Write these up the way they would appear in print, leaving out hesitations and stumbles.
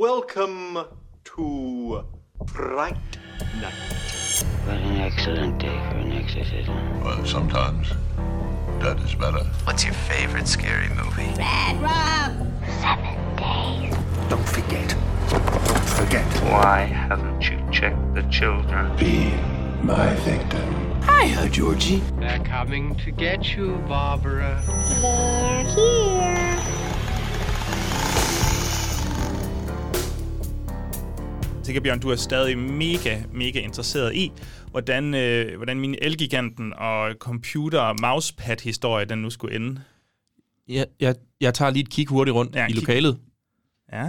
Welcome to Fright Night. What an excellent day for an exorcism. Well, sometimes that is better. What's your favorite scary movie? Red Room. 7 days. Don't forget. Don't forget. Why haven't you checked the children? Be my victim. Hiya, Georgie. They're coming to get you, Barbara. They're here. Sikker Bjørn, du er stadig mega interesseret i, hvordan min Elgiganten og computer-mousepad-historie, den nu skulle ende. Jeg tager lige et kig hurtigt rundt i lokalet. Ja.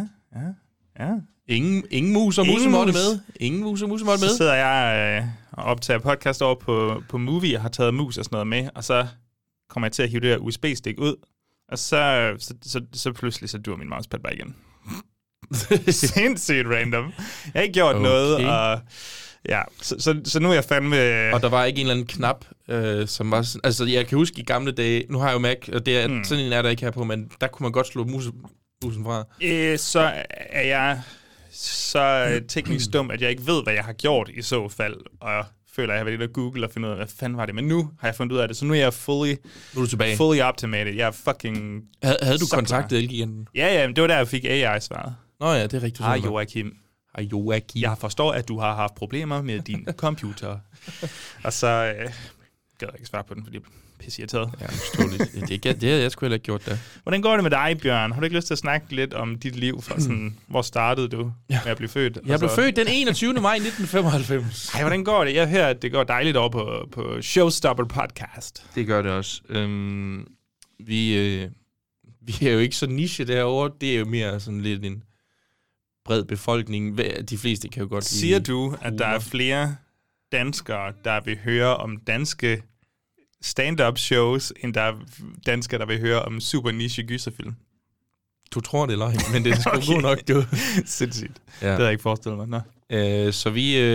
Ingen mus og musemåtte med. Ingen mus og musemåtte med. Så sidder jeg og optager podcast over på Movie og har taget mus og sådan noget med, og så kommer jeg til at hive det her USB-stik ud, og så pludselig så dur min mousepad bare igen. Sindssygt random. Jeg har ikke gjort noget, og ja, så nu er jeg fandme... Og der var ikke en eller anden knap, som var... Altså, jeg kan huske i gamle dage, nu har jeg jo Mac, og det er, sådan en er der ikke her på, men der kunne man godt slå musen fra. Så er jeg så teknisk dum, at jeg ikke ved, hvad jeg har gjort i så fald, og føler, at jeg har været inde og Google og finde ud af, hvad fanden var det. Men nu har jeg fundet ud af det, så nu er jeg fully optimated. Jeg er fucking... Havde du kontaktet Elgiganten? Ja, men det var der, jeg fik AI-svaret. Nå ja, det er rigtigt. Hej Joachim. Jeg forstår, at du har haft problemer med din computer. Og så gad jeg ikke svare på den, fordi jeg er pisseirriteret. Ja, forståeligt. Det har jeg sgu heller ikke gjort da. Hvordan går det med dig, Bjørn? Har du ikke lyst til at snakke lidt om dit liv? For sådan, hvor startede du med at blive født? Jeg blev født den 21. maj 1995. Ej, hvordan går det? Jeg hører, at det går dejligt over på Showstopper Podcast. Det gør det også. Vi er jo ikke så niche derovre. Det er jo mere sådan lidt en bred befolkning. De fleste kan jo godt lide... Siger du, at der er flere danskere, der vil høre om danske stand-up shows, end der er danskere, der vil høre om super niche gyserfilm? Du tror det eller ej, men det er sgu okay. God nok, du. Sindssygt. Ja. Det havde jeg ikke forestillet mig. Nå. Så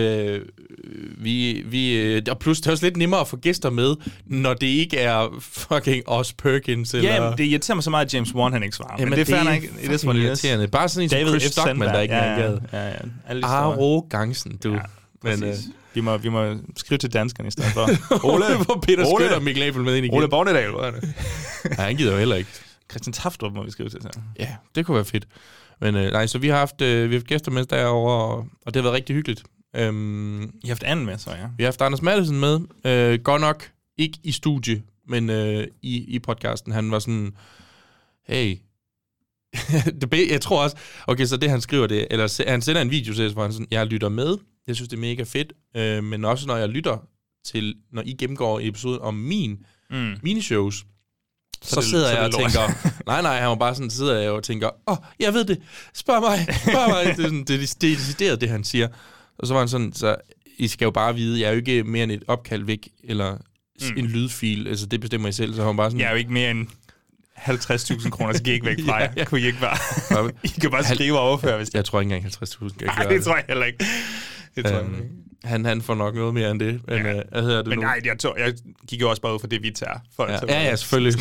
vi og plus det er også lidt nemmere at få gæster med, når det ikke er fucking Os Perkins eller... Ja, det irriterer mig så meget, at James Wan han ikke svarer. Jamen, men det er fair nok. Det er fucking irriterende. Bare sådan en som Chris Stockman, der ikke er gad. Ja. Arrogancen, du. Ja, men, vi må skrive til danskerne i stedet for. Hvor Peter Skøtter og Mikkel Abel med ind igen. Ole Bornedal. Ja, han gider jo heller ikke. Christian Taftrup må vi skrive til. Så. Ja, det kunne være fedt. Men nej, så vi har haft gæster med derovre, og det har været rigtig hyggeligt. I har haft anden med, så ja. Vi har haft Anders Maddelsen med. Godt nok ikke i studie, men i podcasten. Han var sådan, hey... jeg tror også... Okay, så det han skriver det... Eller han sender en video til, hvor han sådan, jeg lytter med. Jeg synes, det er mega fedt. Men også når jeg lytter til... Når I gennemgår episoden om mine shows... Så sidder jeg og tænker... Nej, han var bare sådan... sidder jeg og tænker... jeg ved det. Spørg mig. Det er decideret, det han siger. Og så var han sådan... Så I skal jo bare vide... Jeg er jo ikke mere end et opkald væk, eller en lydfil. Altså, det bestemmer I selv. Så han bare sådan... Jeg er jo ikke mere end 50.000 kroners gig væk fra jer. Kunne I ikke bare... I kan bare skrive og overføre, hvis... Jeg tror ikke engang 50.000 kan gøre det. Nej, det tror jeg heller ikke. Han får nok noget mere end det. Men, hvad hedder det men nu? Nej, jeg gik jo også bare ud for det, vi tager. Ja, selvfølgelig.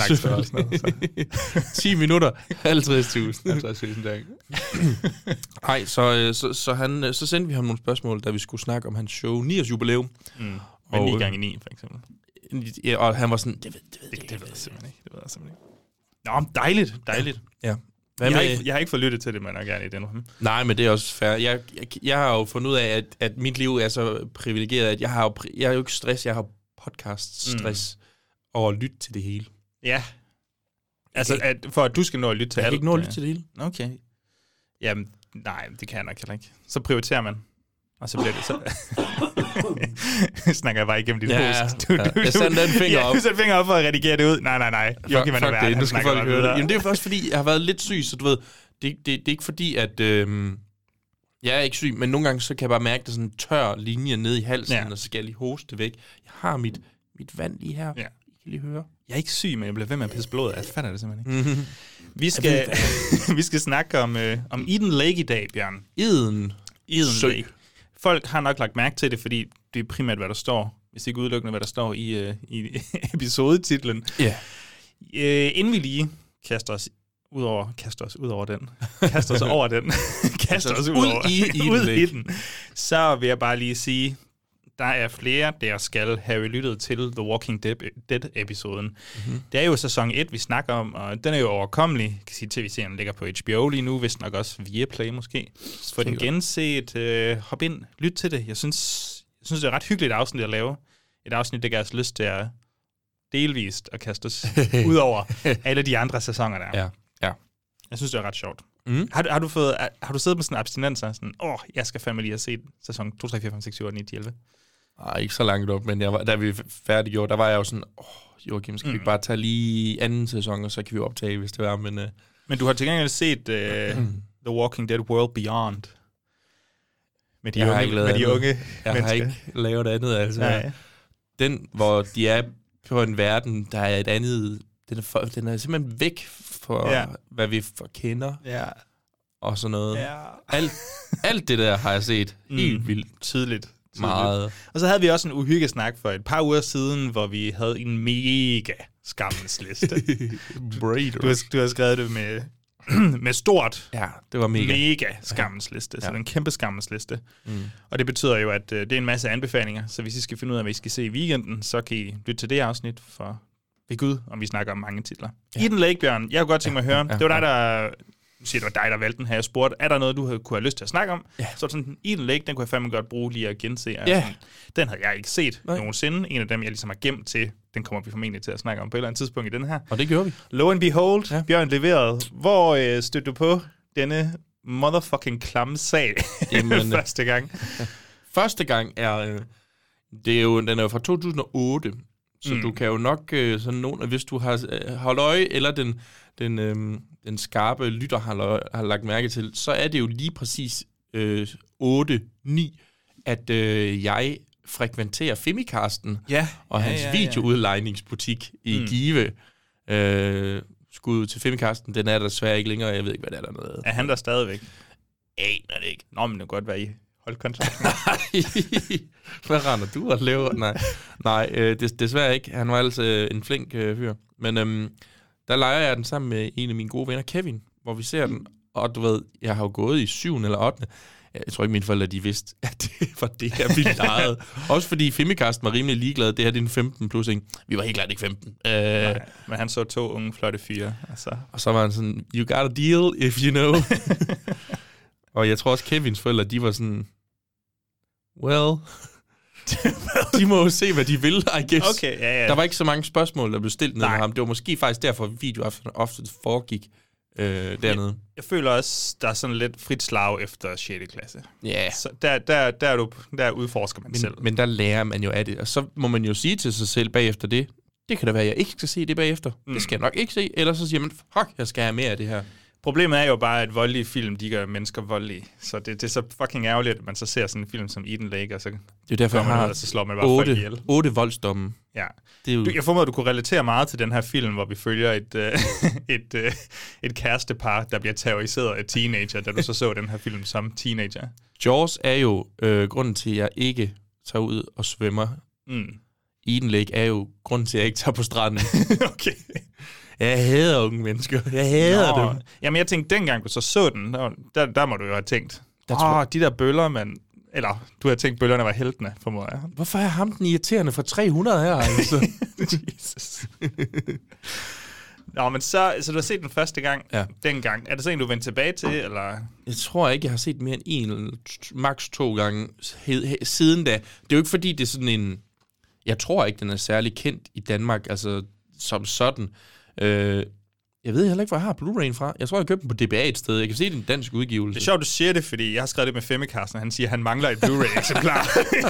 10 minutter, 50.000. Tak. Nej, så sendte vi ham nogle spørgsmål, da vi skulle snakke om hans show 9-års jubilæum. Men 9 gange 9, for eksempel. Ja, og han var sådan, det ved jeg simpelthen ikke. Nå, dejligt. Ja. Jeg har ikke fået lyttet til det, men jeg gerne i den. Nej, men det er også fair. Jeg har jo fundet ud af, at mit liv er så privilegeret, at jeg har jo ikke stress, jeg har podcast-stress over at lytte til det hele. Ja. Altså, for at du skal nå at lytte til alt. Jeg kan ikke nå at lytte til det hele. Okay. Jamen, nej, det kan jeg nok heller ikke. Så prioriterer man. Og så bliver det så... snakker jeg bare igennem dit hus. Jeg sender den finger op. Du sætter finger op for at redigere det ud. Nej. Fuck det, nu skal folk høre det. Jamen, det er også fordi, jeg har været lidt syg, så du ved, det er ikke fordi, at... jeg er ikke syg, men nogle gange så kan jeg bare mærke, at der er sådan en tør linje nede i halsen, og så skal jeg lige hoste væk. Jeg har mit vand lige her. Ja. I kan lige høre. Jeg er ikke syg, men jeg bliver ved med at pisse blodet. Jeg fatter det simpelthen ikke. Vi skal snakke om Eden Lake i dag, Bjørn. Eden Lake. Folk har nok lagt mærke til det, fordi det er primært, hvad der står. Hvis ikke udelukkende, hvad der står i episodetitlen. Ja. Inden vi lige kaster os over den. Kaster kaster os ud i den. Så vil jeg bare lige sige, der er flere, der skal have lyttet til The Walking Dead-episoden. Mm-hmm. Det er jo sæson 1, vi snakker om, og den er jo overkommelig. Jeg kan sige, tv-serien ligger på HBO lige nu, hvis nok også Viaplay måske. Få den genset, hop ind, lyt til det. Jeg synes, det er et ret hyggeligt afsnit at lave. Et afsnit, der giver os lyst til at delvist at kaste os ud over alle de andre sæsoner der. Ja. Jeg synes, det er ret sjovt. Mm. Har du siddet med sådan en abstinenser? Sådan, jeg skal fandme lige have set sæson 2, 3, 4, 5, 6, 7, 8, 9, 10, 11. Nej, ikke så langt op, men da vi færdiggjorde, der var jeg jo sådan, Joachim, skal vi bare tage lige anden sæson, og så kan vi optage, hvis det var, Men du har til gengæld set The Walking Dead World Beyond. Med de unge Jeg har ikke lavet andet, altså. Nej. Den, hvor de er på en verden, der er et andet... Den er simpelthen væk fra, hvad vi kender. Ja. Og sådan noget. Ja. Alt det der har jeg set helt vildt. Tydeligt. Meget. Og så havde vi også en uhyggesnak for et par uger siden, hvor vi havde en mega skammelsliste. Du har skrevet det med stort. Ja, det var mega skammelsliste. Ja. Så det er en kæmpe skammelsliste. Og det betyder jo, at det er en masse anbefalinger. Så hvis I skal finde ud af, hvad I skal se i weekenden, så kan I lytte til det afsnit for ved Gud, om vi snakker om mange titler. Ja. Eden Lake, Bjørn, jeg kunne godt tænke mig at høre. Det var dig, der... det var dig, der valgte den her. Jeg spurgte, er der noget, du kunne have lyst til at snakke om? Ja. Så sådan, Eden Lake, den kunne jeg fandme godt bruge lige at gense. Altså, den havde jeg ikke set nogensinde. En af dem, jeg ligesom har gemt til, den kommer vi formentlig til at snakke om på et eller andet tidspunkt i den her. Og det gjorde vi. Lo and behold, Bjørn leverede. Hvor stødte du på denne motherfucking klamme sag første gang? Første gang er... den er jo fra 2008, så du kan jo nok sådan nogen, hvis du har holdt øje, eller den skarpe lytter har lagt mærke til, så er det jo lige præcis 8-9, at jeg frekventerer Femicasten og hans videoudlejningsbutik i Give. Skud til Femicasten, den er der desværre ikke længere, jeg ved ikke, hvad det er dernede. Er han der stadigvæk? Aner det ikke. Nå, men det kan godt være, I holdt kontakt. Hvad render du og laver? Nej, desværre ikke. Han var altså en flink fyr. Men der leger jeg den sammen med en af mine gode venner, Kevin, hvor vi ser den. Og du ved, jeg har jo gået i 7. eller 8. Jeg tror ikke, mine forældre, de vidste, at det var det her, vi legede. Også fordi Femicasten var rimelig ligeglad. Det her, det er en 15 plus, ikke? Vi var helt klart ikke 15. Nej, men han så 2 unge, flotte fyre. Altså. Og så var han sådan, you got a deal, if you know. Og jeg tror også, Kevins forældre, de var sådan, well, de må jo se, hvad de vil, I guess. Okay, ja. Der var ikke så mange spørgsmål, der blev stillet ned med ham. Det var måske faktisk derfor, videoaftenen ofte foregik dernede. Jeg føler også, der er sådan lidt frit slag efter 6. klasse. Ja. Yeah. Så der udforsker man selv. Men der lærer man jo af det. Og så må man jo sige til sig selv bagefter det, det kan da være, at jeg ikke skal se det bagefter. Det skal jeg nok ikke se. Eller så siger man, fuck, jeg skal have mere af det her. Problemet er jo bare, at voldelige film, de gør mennesker voldelige. Så det er så fucking ærgerligt, at man så ser sådan en film som Eden Lake, og så, det er derfor, jeg har så slår man bare folk ihjel. 8 voldsdomme. Ja. Jeg formoder, du kunne relatere meget til den her film, hvor vi følger et kærestepar, der bliver terroriseret af teenager, da du så den her film som teenager. Jaws er jo grunden til, at jeg ikke tager ud og svømmer. Eden Lake er jo grunden til, at jeg ikke tager på stranden. Okay. Jeg hader unge mennesker. Jeg hader dem. Jamen, jeg tænkte, dengang du så den, der må du jo have tænkt, de der bøller, man... Eller, du har tænkt, bøllerne var heltene, formoder jeg. Hvorfor er ham den irriterende for 300 her, altså? Jesus. Nå, men så du har set den første gang, dengang. Er det så en, du vendte tilbage til, eller? Jeg tror ikke, jeg har set mere end 1 eller maks 2 gange siden da. Det er jo ikke, fordi det er sådan en... Jeg tror ikke, den er særlig kendt i Danmark, altså som sådan. Jeg ved heller ikke, hvor jeg har Blu-ray'en fra. Jeg tror, jeg købte den på DBA et sted. Jeg kan se den danske udgivelse. Det er sjovt, du siger det, fordi jeg har skrevet det med Femicasten, og han siger, at han mangler et Blu-ray-eksemplar.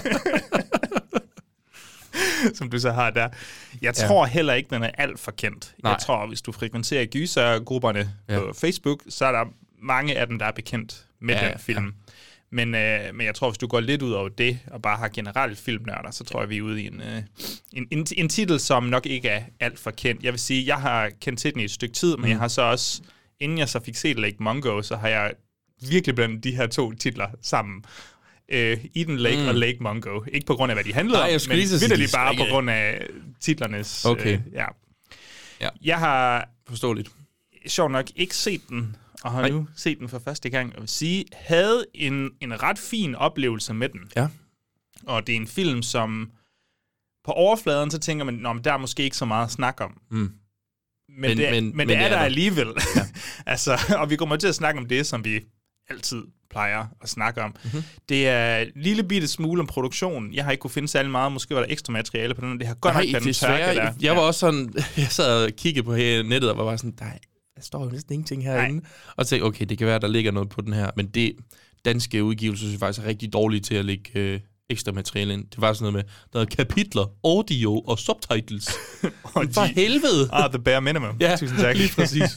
Som du så har der. Jeg tror heller ikke, den er alt for kendt. Nej. Jeg tror, hvis du frekventerer gysergrupperne på Facebook, så er der mange af dem, der er bekendt med den film. Ja. Men jeg tror, hvis du går lidt ud over det, og bare har generelt filmnørder, så tror jeg, vi er ude i en titel, som nok ikke er alt for kendt. Jeg vil sige, jeg har kendt til den i et stykke tid, men jeg har så også, inden jeg så fik set Lake Mungo, så har jeg virkelig blandet de her 2 titler sammen. Eden Lake og Lake Mungo. Ikke på grund af, hvad de handlede om, men vitterligt bare på grund af titlernes... Okay. Ja. Jeg har... Forståeligt. Sjovt nok ikke set den og har nu set den for første gang, og vil sige, havde en ret fin oplevelse med den. Ja. Og det er en film, som på overfladen, så tænker man, men der er måske ikke så meget at snakke om. Mm. Men det er der alligevel. Ja. Altså, og vi kommer til at snakke om det, som vi altid plejer at snakke om. Mm-hmm. Det er en lille bitte smule om produktionen. Jeg har ikke kunne finde særlig meget. Måske var der ekstra materiale på den. Det har godt nok været en tørke der. Jeg var også sådan, jeg sad og kiggede på nettet og var bare sådan, der står jo næsten ingenting herinde. Nej. Og tænkte, okay, det kan være, der ligger noget på den her. Men det danske udgivelse, synes jeg faktisk er rigtig dårligt til at lægge ekstra materiale ind. Det var sådan noget med, der er kapitler, audio og subtitles. For helvede! The bare minimum. Ja, tusind tak. Lige præcis.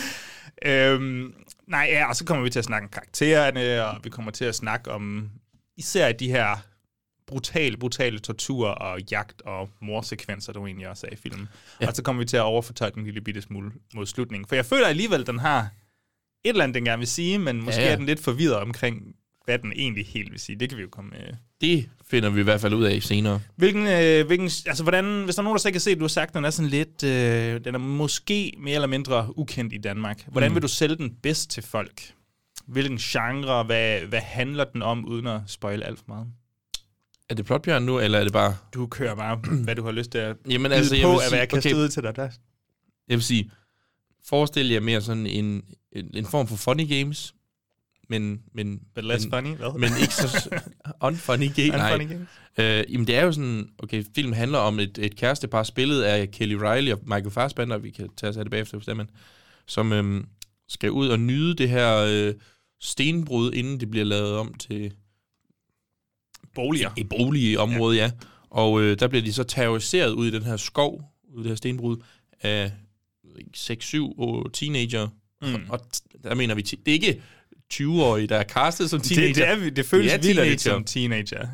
Og så kommer vi til at snakke om karaktererne, og vi kommer til at snakke om især de her brutale tortur og jagt og morsekvenser, der egentlig også er i filmen. Ja. Og så kommer vi til at overfortolke en lille bitte smule mod slutningen. For jeg føler alligevel, den har et eller andet, den gerne vil sige, men måske er den lidt forvirret omkring, hvad den egentlig helt vil sige. Det kan vi jo komme med. Det finder vi i hvert fald ud af senere. Hvordan, hvis der er nogen, der så ikke kan se, at du har sagt, at den er sådan lidt, den er måske mere eller mindre ukendt i Danmark. Hvordan vil du sælge den bedst til folk? Hvilken genre, hvad handler den om, uden at spoile alt for meget? Er det Plotbjørn nu, eller er det bare... Du kører bare, hvad du har lyst til at på, hvad jeg kaster ud til dig der. Jeg vil sige, forestil jer mere sådan en form for funny games, men less funny, hvad? Men ikke så unfunny games. Jamen det er jo sådan, okay, filmen handler om et kærestepar, spillet af Kelly Reilly og Michael Fassbender, vi kan tage os af det bagefter, stemmen, som skal ud og nyde det her stenbrud, inden det bliver lavet om til boliger. Et boligområde, ja. Og der bliver de så terroriseret ud i den her skov, ud i det her stenbrud, af 6-7 teenager. Og der mener vi, det er ikke 20-årige, der er castet som teenager. Det føles vildt som teenager.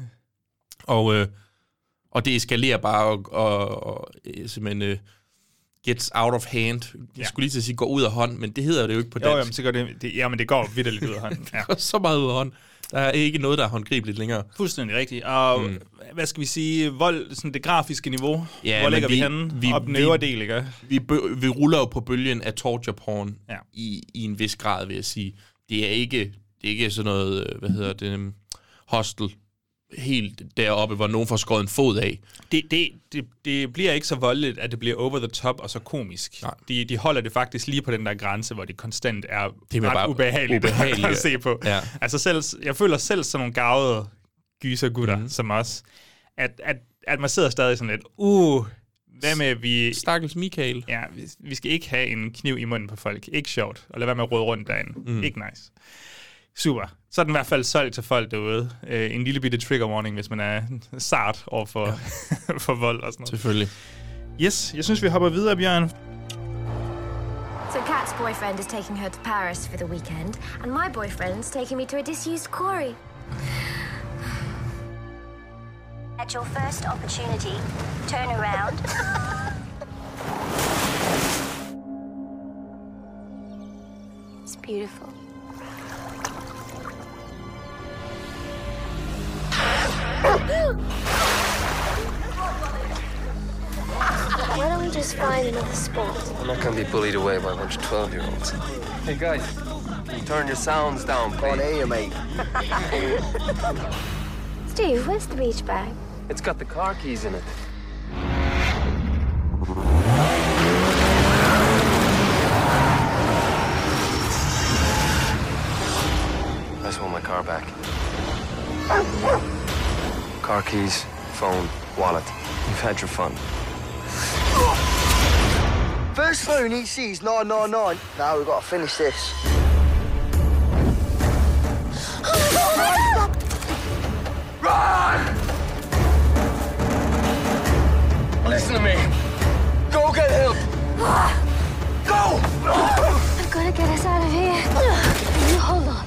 Og det eskalerer bare og simpelthen gets out of hand. Jeg skulle lige til at sige, går ud af hånd, men det hedder det jo ikke på dansk. Jo, så går det går vitterligt ud af hånd. Ja. Det går så meget ud af hånd. Der er ikke noget, der er håndgribeligt længere. Fuldstændig rigtigt. Og hvad skal vi sige, vold, sådan det grafiske niveau, hvor ligger vi henne? Op den øvre del, ikke? Vi ruller jo på bølgen af torture porn i en vis grad, vil jeg sige. Det er ikke sådan noget, hostel helt deroppe, hvor nogen får skåret en fod af. Det bliver ikke så voldeligt, at det bliver over the top og så komisk. De holder det faktisk lige på den der grænse, hvor det konstant er ret ubehageligt at se på. Ja. Altså jeg føler selv sådan nogle garvede gysergutter som os, at man sidder stadig sådan lidt, hvad med vi... Stakkels Michael. Ja, vi skal ikke have en kniv i munden på folk. Ikke sjovt. Og lad være med at rode rundt derinde. Ikke nice. Super. Så er den i hvert fald solgt til folk derude. En lille bitte trigger warning, hvis man er sart over for vold og sådan noget. Selvfølgelig. Yes, jeg synes, vi hopper videre, Bjørn. So Kat's boyfriend is taking her to Paris for the weekend, and my boyfriend's taking me to a disused quarry. At your first opportunity, turn around. It's beautiful. Why don't we just find another spot? I'm not gonna be bullied away by a bunch of 12-year-olds. Hey guys, turn your sounds down, please. Can't hear you, mate. Steve, where's the beach bag? It's got the car keys in it. I just want my car back. Car keys, phone, wallet. You've had your fun. First phone he sees, 999. Now we've got to finish this. Run! Listen to me. Go get help. Go! I've got to get us out of here. You hold on.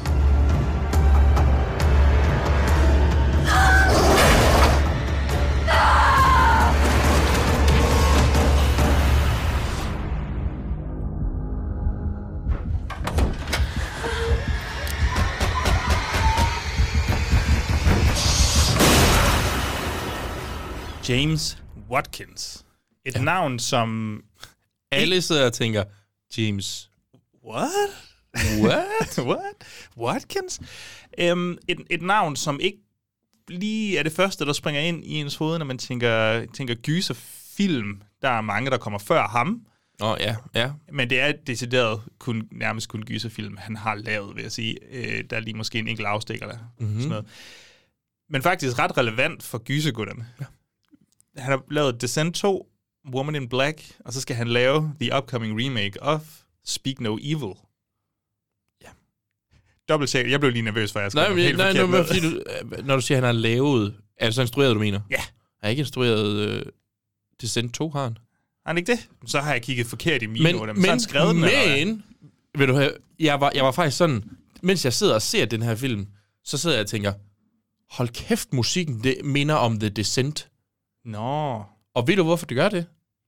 James Watkins. Et navn, som... Alle sidder og tænker, James... What? What? Watkins? Et navn, som ikke lige er det første, der springer ind i ens hoved, når man tænker gyserfilm. Der er mange, der kommer før ham. Ja. Men det er decideret nærmest kun gyserfilm, han har lavet, vil jeg sige. Der er lige måske en enkelt afstikker der. Sådan noget. Men faktisk ret relevant for gysergutterne. Ja. Han har lavet Descent 2, Woman in Black, og så skal han lave the upcoming remake of Speak No Evil. Ja. Dobbelttjek. Jeg blev lige nervøs, for jeg skrev helt forkert med. Fordi når du siger, han har lavet... Altså instrueret, du mener? Ja. Har ikke instrueret Descent 2, har han? Har han ikke det? Så har jeg kigget forkert i mine ord. Men så har han skrevet den, men vil du have, jeg var faktisk sådan... Mens jeg sidder og ser den her film, så sidder jeg og tænker... Hold kæft, musikken, det minder om The Descent. Nå. Og ved du, hvorfor det gør det?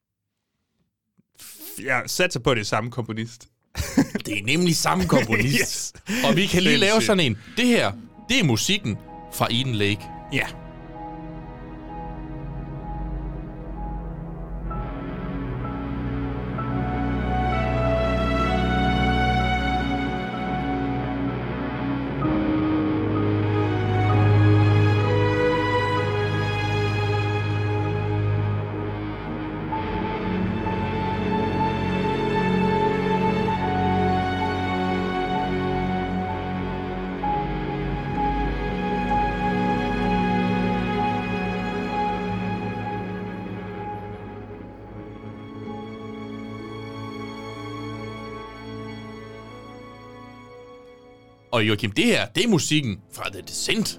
Jeg satser på, det samme komponist. Det er nemlig samme komponist. Yes. Og vi kan lige lave sådan en. Det her, det er musikken fra Eden Lake. Ja. Og Joachim, det her, det er musikken fra The Descent.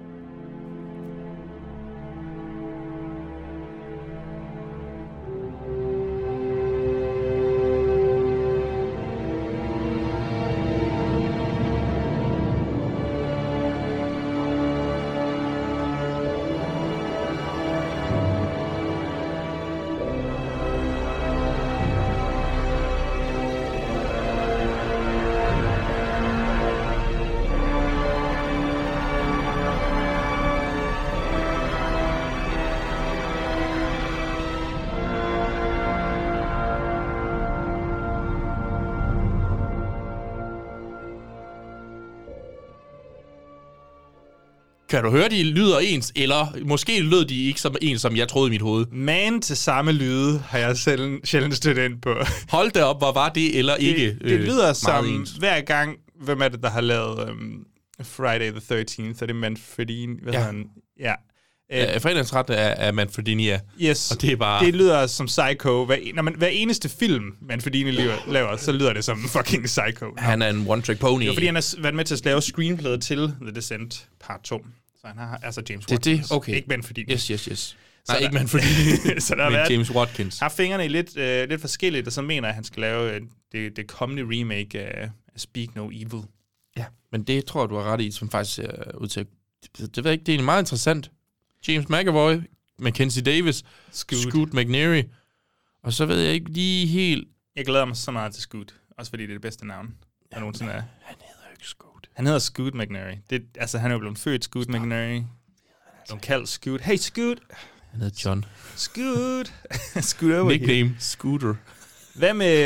Kan du høre, de lyder ens, eller måske lød de ikke som en, som jeg troede i mit hoved? Man til samme lyde har jeg sjældent stødt ind på. Hold da op, hvor var det eller ikke det lyder som ens. Hver gang, hvem er det, der har lavet Friday the 13th? Er det Manfredini? Hvad hedder han? Ja. Fredagsret er Manfredini, ja. Yes, og det er bare... det lyder som Psycho. Hver eneste film, Manfredini laver, så lyder det som fucking Psycho. Han er en one-trick pony. Jo, fordi han har været med til at lave screenplayet til The Descent Part 2. Så han har altså James Watkins. Det, okay. Ikke Manfredini. Yes. Nej, ikke Manfredini, så der men James Watkins. Har fingrene lidt forskelligt, og så mener at han skal lave det kommende remake af Speak No Evil. Ja, men det tror jeg, du har ret i, som faktisk er ud til... Det ved jeg ikke, det er meget interessant. James McAvoy, Mackenzie Davis, Scoot McNairy, og så ved jeg ikke lige helt... Jeg glæder mig så meget til Scoot, også fordi det er det bedste navn, der nogensinde er. Han hedder ikke Scoot. Han hedder Scoot McNairy. Han er jo blevet født Scoot McNairy. Blevet kaldt Scoot. Hey Scoot! Han hedder John. Scoot! Scoot over Nickname Scooter. Hvad med...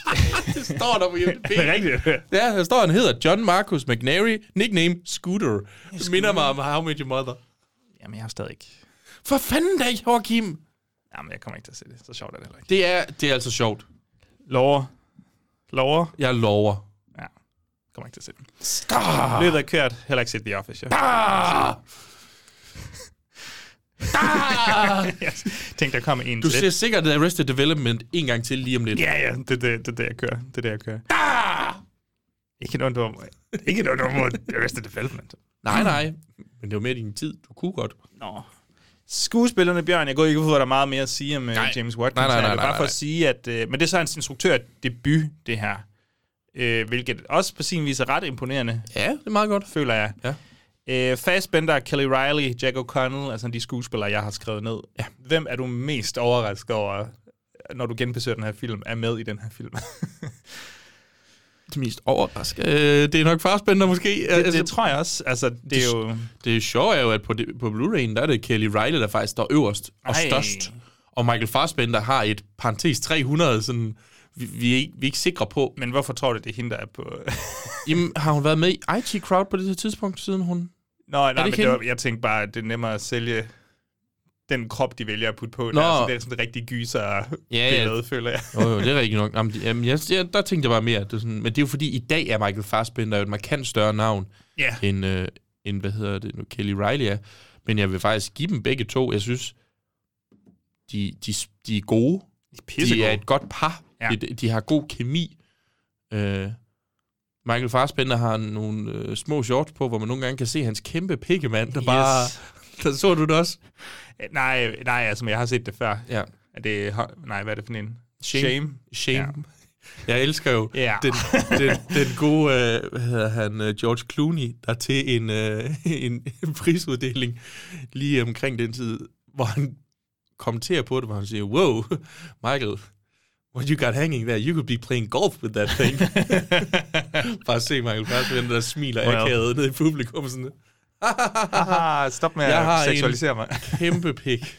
Det står der på IMDb. Det er rigtigt. Ja, der står, han hedder John Marcus McNairy, nickname Scooter. Det minder mig om How I Met Your Mother. Jamen, jeg har stadig ikke... For fanden da, Joachim! Jamen, jeg kommer ikke til at se det. Så sjovt er det heller ikke. Det er altså sjovt. Lover? Jeg lover. Ja, kommer ikke til at se det. Løbet er kørt. Heller ikke set The Office, ja. Jeg tænkte, der kommer en du til. ser sikkert Arrested Development en gang til lige om lidt. Ja, det er det, jeg kører. Det er det, jeg kører. Ikke noget mod Arrested Development. Nej. Men det var mere din tid. Du kunne godt. Nå. Skuespillerne, Bjørn, jeg går ikke ud for, at der er meget mere at sige om James Watkins. Nej. Bare for at sige, at... men det er så hans instruktør-debut, det her. Hvilket også på sin vis er ret imponerende. Ja, det er meget godt. Føler jeg. Ja. Fassbender, Kelly Reilly, Jack O'Connell, altså de skuespillere, jeg har skrevet ned. Ja. Hvem er du mest overrasket over, når du genbesøger den her film, er med i den her film? Det mest overraskende. Det er nok Fassbender måske. Det tror jeg også. Altså, det er jo... Det sjove er jo, at på Blu-ray'en, der er det Kelly Reilly, der faktisk står øverst og størst. Og Michael Fassbender har et parentes 300 sådan vi er ikke sikre på. Men hvorfor tror du, det er hende, der er på... Jamen, har hun været med i IT Crowd på det her tidspunkt, siden hun... Nej, men jeg tænkte bare, at det er nemmere at sælge den krop, de vælger at putte på. Det er sådan en rigtig gyser-billede, føler jeg. Jo, det er rigtigt nok. Jamen, der tænkte jeg bare mere, at det sådan, men det er jo fordi, i dag er Michael Fassbender jo et markant større navn, end hvad hedder det nu, Kelly Reilly er. Men jeg vil faktisk give dem begge to. Jeg synes, de er gode. De er et godt par. Ja. De har god kemi. Michael Fassbender har nogle små shorts på, hvor man nogle gange kan se hans kæmpe pikkemand, der bare... Der så du det også? Nej, altså, jeg har set det før. Ja. Hvad er det for en? Shame. Ja. Jeg elsker jo den gode, hvad hedder han, George Clooney, der til en prisuddeling lige omkring den tid, hvor han kommenterer på det, hvor han siger, wow, Michael, what you got hanging there, you could be playing golf with that thing. Bare se Michael Fassbender, der smiler akavet ned i publikum sådan. Stop med at seksualisere mig. Kæmpe pik.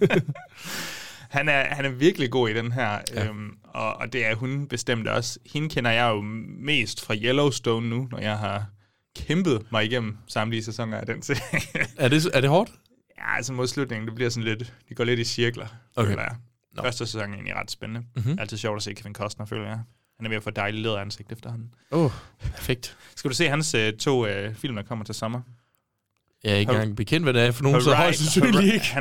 Han er virkelig god i den her, og det er hun bestemt også. Hende kender jeg jo mest fra Yellowstone nu, når jeg har kæmpet mig igennem samtlige sæsoner af den serie. Er det hårdt? Ja, altså mod slutningen, det bliver sådan lidt, det går lidt i cirkler, føler jeg. Første sæson er egentlig ret spændende. Altid sjovt at se Kevin Costner, føler jeg. Han er ved at få dejligt læderansigt efterhånden. Perfekt. Skal du se hans 2 film, der kommer til sommer? Jeg er ikke engang bekendt, hvad det er for nogen, så højst sandsynligt ikke.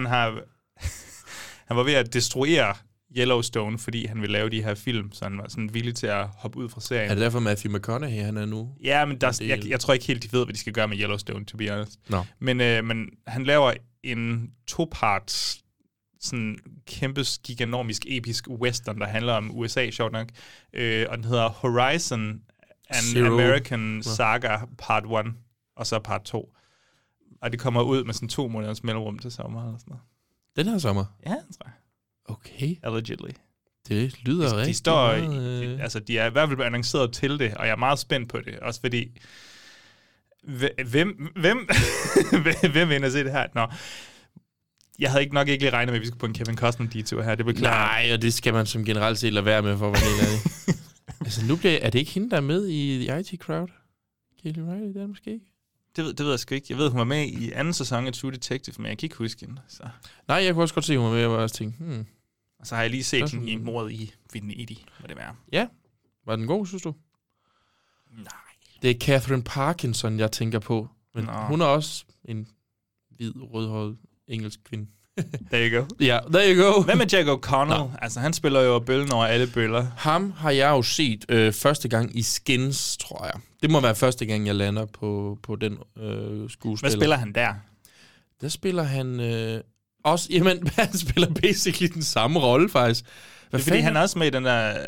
Han var ved at destruere Yellowstone, fordi han ville lave de her film, så han var sådan villig til at hoppe ud fra serien. Er det derfor Matthew McConaughey, han er nu? Ja, men jeg tror ikke helt, de ved, hvad de skal gøre med Yellowstone, to be honest. No. Men han laver en 2-parts sådan kæmpe, giganomisk, episk western, der handler om USA, sjovt nok. Og den hedder Horizon and American Saga Part 1, og så Part 2. Og det kommer ud med sådan 2 måneders mellemrum til sommer eller sådan noget. Den her sommer? Ja, det tror jeg. Okay. Allegedly. Det lyder rigtigt. De står altså, de er i hvert fald annonceret til det, og jeg er meget spændt på det. Også fordi... Hvem vil at se det her? Nå. Jeg havde ikke lige regnet med, at vi skulle på en Kevin Costner-detur her. Det beklager. Nej, og det skal man som generelt set lade være med, for at være helt ærlig. Altså, nu er det ikke hende, der er med i The IT Crowd? Kelly Reilly, det er det måske ikke? Det ved jeg sgu ikke. Jeg ved, hun var med i anden sæson af True Detective, men jeg kan ikke huske hende. Så. Nej, jeg kunne også godt se, hun var med, og også tænkte, Og så har jeg lige set hende i Mordet i Venedig, må det være. Ja. Var den god, synes du? Nej. Det er Catherine Parkinson, jeg tænker på. Men hun er også en hvid, rødhåret engelsk kvinde. There you go. Ja, there you go. Hvad med Jack O'Connell? Altså, han spiller jo bøllen over alle bøller. Ham har jeg jo set første gang i Skins, tror jeg. Det må være første gang, jeg lander på den skuespiller. Hvad spiller han der? Der spiller han også... Jamen, han spiller basically den samme rolle, faktisk. Det er fordi, han er også med i den der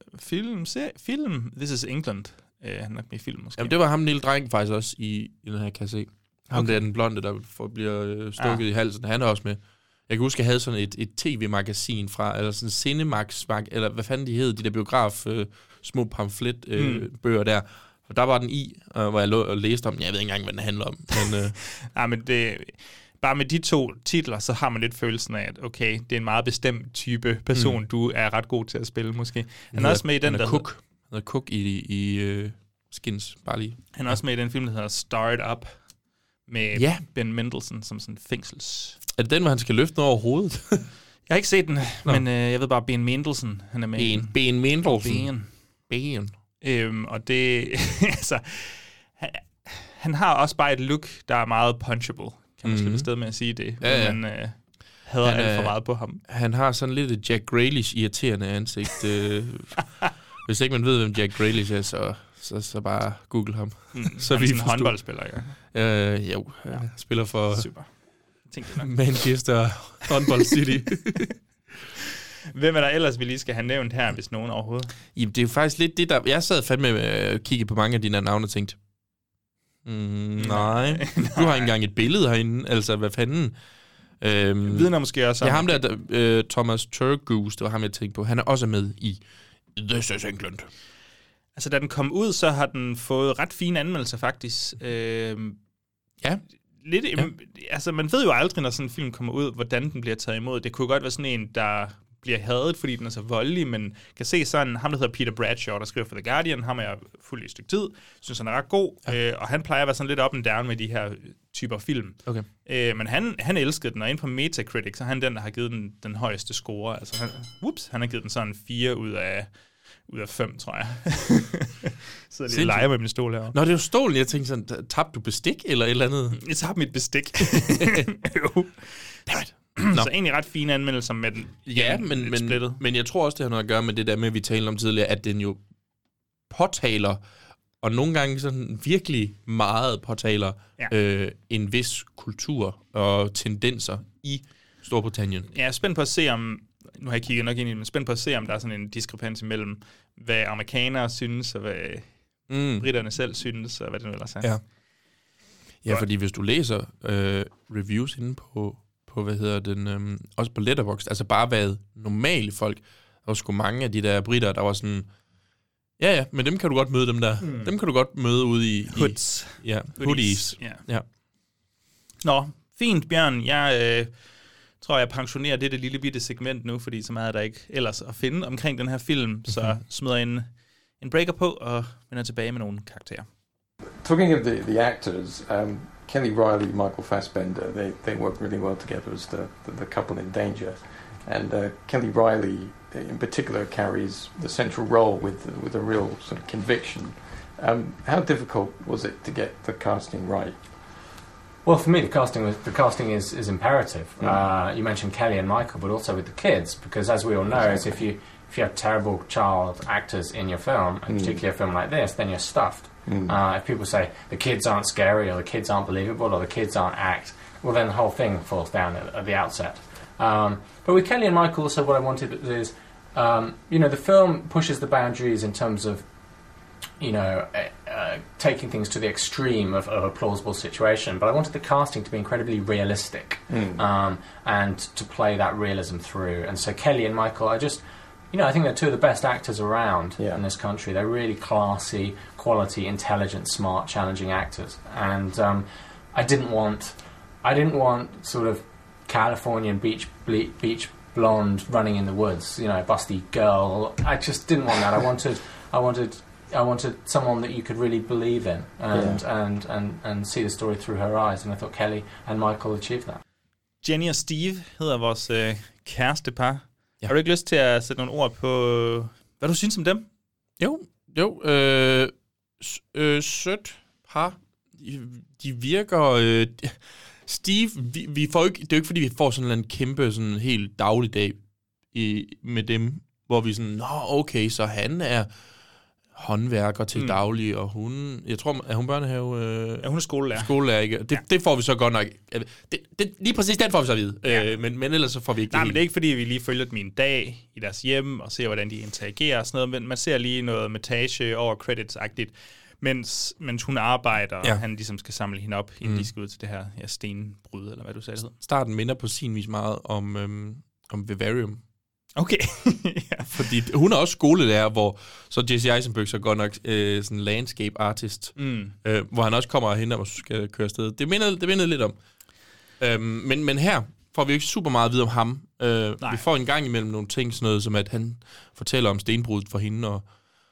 film This is England. Han er med i film, måske. Jamen, det var ham lille dreng faktisk også i den her, kan jeg se. Ham der er den blonde, der bliver stukket i halsen. Han er også med. Jeg kan huske, jeg havde sådan et tv-magasin fra, eller sådan Cinemax, eller hvad fanden de hed, de der biograf, små pamfletbøger der. Og der var den i, hvor jeg lå og læste om den. Jeg ved ikke engang, hvad den handler om. Men, nej, men det... Bare med de 2 titler, så har man lidt følelsen af, at okay, det er en meget bestemt type person, du er ret god til at spille, måske. Han er også med i den, der Cook. Han er Cook i Skins, bare lige. Han er også med i den film, der hedder Start Up, med Ben Mendelsohn som sådan fængsels... Er det den, hvor han skal løfte noget over hovedet? Jeg har ikke set den, men jeg ved bare, Ben Mendelsohn, han er med. Ben Mendelsohn. Ben. Og det... altså... Han har også bare et look, der er meget punchable. Kan man slippe sted med at sige det. Ja. Man hader alt for meget på ham. Han har sådan lidt et Jack Grealish irriterende ansigt. Hvis ikke man ved, hvem Jack Grealish er, så bare google ham. Så han er en håndboldspiller, ja. Jo, spiller for Manchester Håndbold City. Hvem er der ellers, vi lige skal have nævnt her, hvis nogen overhovedet? Jamen, det er jo faktisk lidt det, der... Jeg sad fandme med at kigge på mange af dine navne og tænkte, nej. Du har ikke engang et billede herinde. Altså, hvad fanden? Vidner måske også. Ja, ham der, Thomas Turgoose, det var ham, jeg tænkte på. Han er også med i This is England. Altså, da den kom ud, så har den fået ret fine anmeldelser, faktisk. Ja. Lidt, altså, man ved jo aldrig, når sådan en film kommer ud, hvordan den bliver taget imod. Det kunne godt være sådan en, der bliver hadet, fordi den er så voldelig, men kan se sådan, ham der hedder Peter Bradshaw, der skriver for The Guardian, ham er jeg fuldt i et stykke tid, synes han er ret god, og han plejer at være sådan lidt up and down med de her typer film. Okay. Men han elskede den, og inde på Metacritic, så er han den, der har givet den højeste score. Altså, han har givet den sådan 4 ud af 5, tror jeg. Så jeg leger med min stol herovre. Nå, det er jo stolen. Jeg tænkte sådan, tabte du bestik eller et eller andet? Jeg tabte mit bestik. Jo. Så egentlig ret fine anmeldelser med den. Ja, men jeg tror også, det har noget at gøre med det der med, vi talte om tidligere, at den jo påtaler, og nogle gange sådan virkelig meget påtaler en vis kultur og tendenser i Storbritannien. Jeg er spændt på at se, om nu har jeg kigget nok ind i det, men spændt på at se, om der er sådan en diskrepans imellem, hvad amerikanere synes, og hvad britterne selv synes, og hvad det nu ellers er. Ja, fordi hvis du læser reviews inde på hvad hedder den, også på Letterboxd, altså bare hvad normale folk, der var sgu mange af de der britter, der var sådan, ja, men dem kan du godt møde, dem der. Dem kan du godt møde ude i Hoods. Hoodies. Ja. Nå, fint, Bjørn. Jeg tror, jeg pensionerer det lille bitte segment nu, fordi så meget er der ikke ellers at finde omkring den her film, så smider en breaker på og vender tilbage med nogle karakterer. Talking of the actors, Kelly Reilly, Michael Fassbender, they work really well together as the couple in danger. And Kelly Reilly in particular carries the central role with a real sort of conviction. How difficult was it to get the casting right? Well, for me, the casting is imperative. You mentioned Kelly and Michael, but also with the kids, because as we all know, is if you have terrible child actors in your film, and particularly a film like this, then you're stuffed. If people say the kids aren't scary, or the kids aren't believable, or the kids aren't act, well, then the whole thing falls down at the outset. But with Kelly and Michael, also what I wanted is, the film pushes the boundaries in terms of, taking things to the extreme of a plausible situation, but I wanted the casting to be incredibly realistic, and to play that realism through. And so Kelly and Michael, I think they're two of the best actors around in this country. They're really classy, quality, intelligent, smart, challenging actors. And I didn't want sort of Californian beach blonde running in the woods, busty girl. I just didn't want that. I wanted someone that you could really believe in and see the story through her eyes, and I thought Kelly and Michael achieved that. Jenny og Steve hedder vores kærestepar. Ja. Har du ikke lyst til at sætte nogle ord på, hvad du synes om dem? Jo. Sødt par. De virker... Steve, vi får ikke... Det er jo ikke, fordi vi får sådan en kæmpe, sådan helt dagligdag med dem, hvor vi sådan, okay, så han er håndværker til daglig, og hun... Jeg tror, er hun børnehave? Ja, hun er skolelærer. Skolelærer, ikke? Det får vi så godt nok... lige præcis den får vi så at vide. Men ellers så får vi ikke men det er ikke, fordi vi lige følger dem i en dag i deres hjem, og ser, hvordan de interagerer og sådan noget, men man ser lige noget montage over credits-agtigt, mens hun arbejder, og han ligesom skal samle hende op, inden de skal ud til det her stenbrud, eller hvad du sagde det hed. Starten minder på sin vis meget om Vivarium. Okay. Ja. Fordi hun er også skolelærer, hvor så Jesse Eisenberg så godt nok sådan landscape artist, hvor han også kommer hen og skal køre afsted. Det mindede lidt om. Men her får vi jo ikke super meget at vide om ham. Vi får en gang imellem nogle ting, sådan noget som at han fortæller om stenbruddet for hende,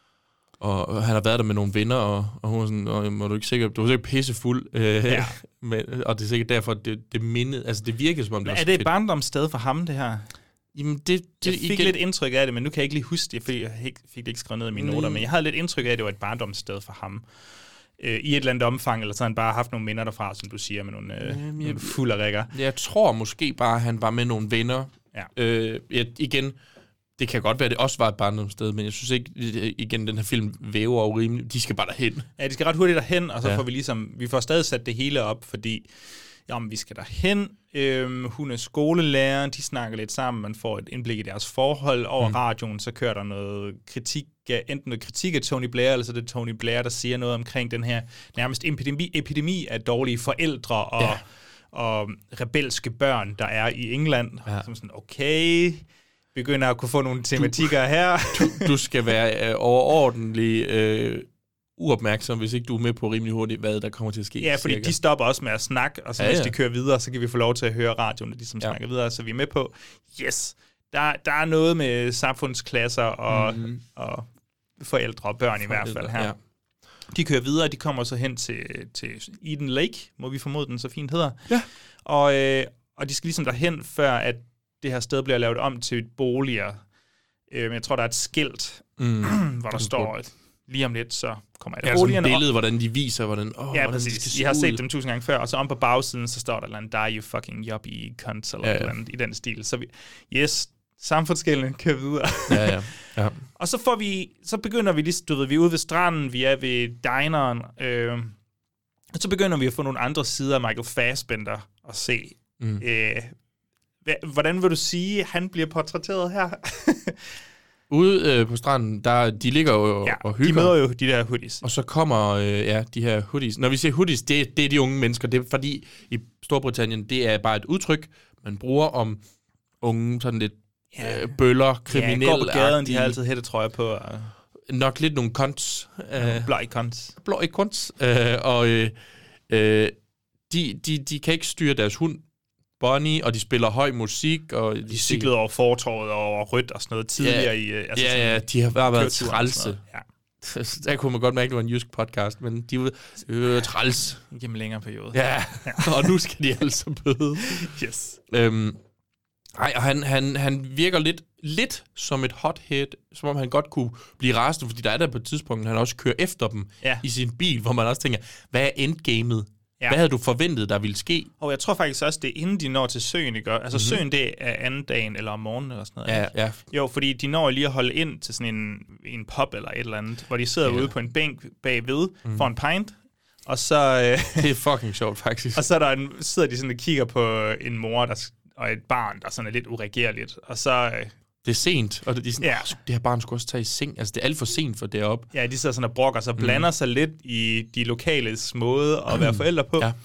og han har været der med nogle venner, og hun er sådan, du er sikkert pissefuld, og det er sikkert derfor, det mindede, altså det virkede som om det var så fedt. Er det et barndomssted for ham, det her? Jamen jeg fik lidt indtryk af det, men nu kan jeg ikke lige huske det, fordi jeg fik det ikke skrevet ned i mine noter, men jeg havde lidt indtryk af, at det var et barndomssted for ham. I et eller andet omfang, eller så han bare haft nogle minder derfra, som du siger, med nogle fulderikker. Jeg tror måske bare, at han var med nogle venner. Ja. Igen, det kan godt være, at det også var et barndomssted, men jeg synes ikke, igen, den her film væver og rimelig. De skal bare derhen. Ja, de skal ret hurtigt derhen, og så får vi får stadig sat det hele op, fordi vi skal derhen. Hun er skolelærer, de snakker lidt sammen, man får et indblik i deres forhold over radioen, så kører der noget kritik, enten noget kritik af Tony Blair, eller så er det Tony Blair, der siger noget omkring den her nærmest epidemi af dårlige forældre og rebelske børn, der er i England. Som sådan, okay, begynder at kunne få nogle tematikker her. Du skal være overordentlig uopmærksom, hvis ikke du er med på rimelig hurtigt, hvad der kommer til at ske. Ja, fordi de stopper også med at snakke, og så hvis de kører videre, så kan vi få lov til at høre radioen, når de som snakker videre, så vi er med på, yes, der er noget med samfundsklasser og forældre og børn i hvert fald her. Ja. De kører videre, de kommer så hen til Eden Lake, må vi formode den så fint hedder. Ja. Og de skal ligesom derhen, før at det her sted bliver lavet om til boliger. Jeg tror, der er et skilt, hvor der står, lige om lidt, så kommer jeg boligerne. Ja, sådan et billede, hvordan de viser, hvordan præcis. I har set dem 1000 gange før, og så om på bagsiden, så står der, die you fucking yuppie cunt, eller et eller andet i den stil. Så samfundsskillene kører videre. Ja. Og så begynder vi lige, vi er ude ved stranden, vi er ved dineren, og så begynder vi at få nogle andre sider af Michael Fassbender at se. Hvordan vil du sige, han bliver portrætteret her? Ude på stranden, de ligger jo og hygger. De møder jo de der hoodies. Og så kommer de her hoodies. Når vi siger hoodies, det er de unge mennesker. Det er fordi i Storbritannien, det er bare et udtryk, man bruger om unge, sådan lidt bøller, kriminelle. Ja, går på gaden, de har altid hættetrøjer på. Nok lidt nogle cons. Bløj cons. De kan ikke styre deres hund, Bonnie, og de spiller høj musik. Og de cyklede over fortorvet og over rødt og sådan noget tidligere i... de har bare været trælse. Ja. Der kunne man godt mærke, at det var en jysk podcast, men de var træls. Gennem længere periode. Ja, og nu skal de altså bøde. Yes. Og han virker lidt som et hothead, som om han godt kunne blive rasende, fordi der er der på et tidspunkt, han også kører efter dem i sin bil, hvor man også tænker, hvad er endgamet? Ja. Hvad havde du forventet, der ville ske? Og jeg tror faktisk også, det er inden de når til søen, ikke? Altså søen, det er anden dagen eller om morgenen eller sådan noget. Ja. Jo, fordi de når lige at holde ind til sådan en pub eller et eller andet, hvor de sidder ude på en bænk bagved, får en pint, og så... det er fucking sjovt, faktisk. Og så sidder de sådan og kigger på en mor og et barn, der sådan er lidt uregerligt, og så... Det er sent, og de er sådan, det her barn skulle også tage i seng. Altså, det er alt for sent for deroppe. Ja, de sidder sådan og brokker sig, blander sig lidt i de lokales måde at være forældre på. Ja.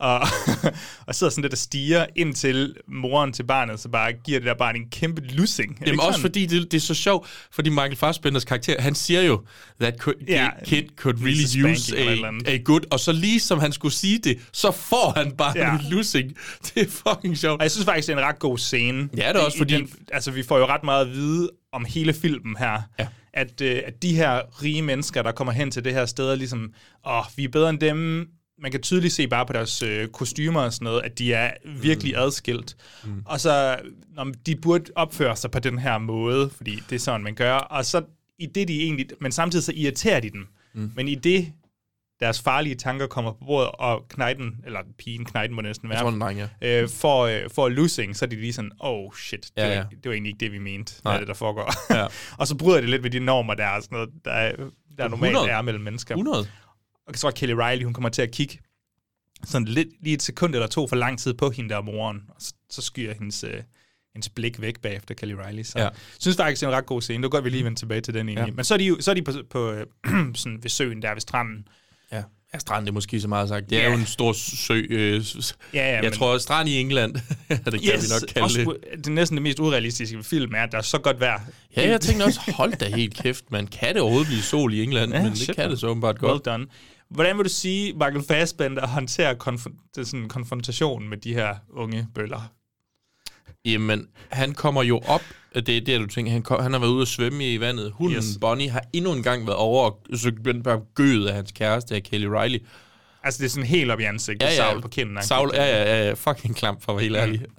Og sidder sådan lidt og stiger ind til moren til barnet, så bare giver det der barn en kæmpe lussing. Jamen også fordi det er så sjovt, fordi Michael Fassbenders karakter, han siger jo, that kid could really use a good, og så lige som han skulle sige det, så får han bare en lussing. Det er fucking sjovt. Og jeg synes faktisk, det er en ret god scene. Ja, det er også fordi... Altså, vi får jo ret meget at vide om hele filmen her. Ja. At de her rige mennesker, der kommer hen til det her sted, ligesom, vi er bedre end dem. Man kan tydeligt se bare på deres kostymer og sådan noget, at de er virkelig adskilt. Og så, de burde opføre sig på den her måde, fordi det er sådan, man gør. Og så i det, de egentlig... Men samtidig så irriterer de dem. Men i det, deres farlige tanker kommer på bordet, og knejten, eller knejten må næsten være, for losing, så er de lige sådan, shit, det var egentlig ikke det, vi mente, hvad det der foregår. Ja. Og så bryder det lidt ved de normer, der er sådan noget, der normalt er mellem mennesker. 100. Og jeg tror, at Kelly Reilly, hun kommer til at kigge sådan lige et sekund eller to for lang tid på hende der moren, og så skyer hendes blik væk bagefter Kelly Reilly. Så jeg synes faktisk, det er en ret god scene. Det er godt, vi lige vender tilbage til den egentlig. Ja. Men så er de på sådan ved søen der ved stranden. Ja, stranden er måske så meget sagt. Det er jo en stor sø. Jeg tror, strand i England, det kan vi nok kalde det. Det er næsten det mest urealistiske ved film, er, at der er så godt vejr. Ja, jeg tænkte også, hold da helt kæft, man kan det overhovedet blive sol i England, men det kan det så åbenbart godt. Well done. Hvordan vil du sige, Michael Fassbender håndterer konfrontationen med de her unge bøller? Jamen, han kommer jo op, det er det, du tænker, han har været ude at svømme i vandet. Hunden, Bonnie, har endnu en gang været over og så bare gødet af hans kæreste, af Kelly Reilly. Altså, det er sådan helt op i ansigtet, savl på kinden. Fucking klam, for at være helt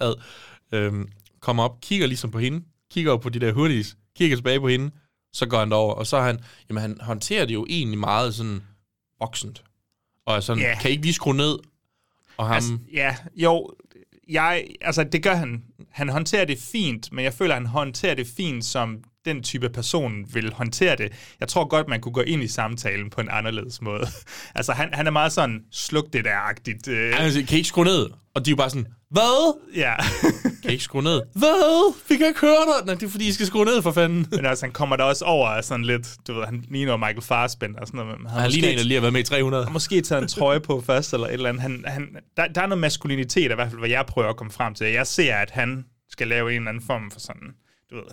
ærlig. Kommer op, kigger ligesom på hende, kigger op på de der hoodies, kigger tilbage på hende, så går han derover, og så han håndterer det jo egentlig meget sådan voksent. Og sådan, kan I ikke lige skrue ned? Og ham... Altså, det gør han. Han håndterer det fint, men jeg føler, at han håndterer det fint, som den type person vil håndtere det. Jeg tror godt, man kunne gå ind i samtalen på en anderledes måde. Altså, han er meget sådan, sluk det der-agtigt. Altså, kan I ikke skrue ned? Og de er jo bare sådan, hvad? Ja. Kan I ikke skrue ned? Hvad? Vi kan ikke høre dig. Nej, det er fordi, I skal skrue ned for fanden. Men altså, han kommer der også over sådan lidt, du ved, han ligner Michael Fassbender og sådan noget. Han ligner en, der lige har været med i 300. Han måske taget en trøje på først, eller et eller andet. Der er noget maskulinitet, i hvert fald, hvad jeg prøver at komme frem til. Jeg ser, at han skal lave en eller anden form for sådan, du ved...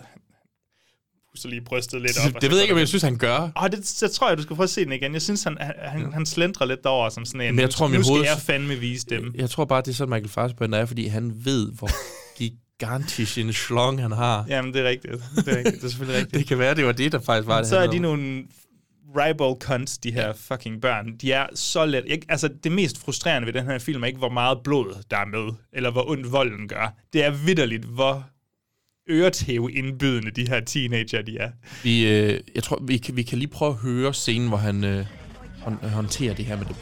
så lige brystet lidt op. Det ved jeg ikke, om jeg synes, han gør. Det tror jeg, du skal prøve at se den igen. Jeg synes, han slentrer lidt derover som sådan en, men jeg tror, nu skal jeg fandme vise dem. Jeg tror bare, det er sådan, Michael Fassbender er, fordi han ved, hvor gigantisk en schlong, han har. Jamen, det er rigtigt. Det er selvfølgelig rigtigt. Det kan være, det var det, der faktisk var det. Så er de nogle rival cunts, de her fucking børn. De er så let. Altså, det mest frustrerende ved den her film er ikke, hvor meget blod der er med, eller hvor ondt volden gør. Det er vitterligt, hvor øretæveindbydende de her teenager, de er. Jeg tror, vi kan lige prøve at høre scenen, hvor han håndterer det her med det.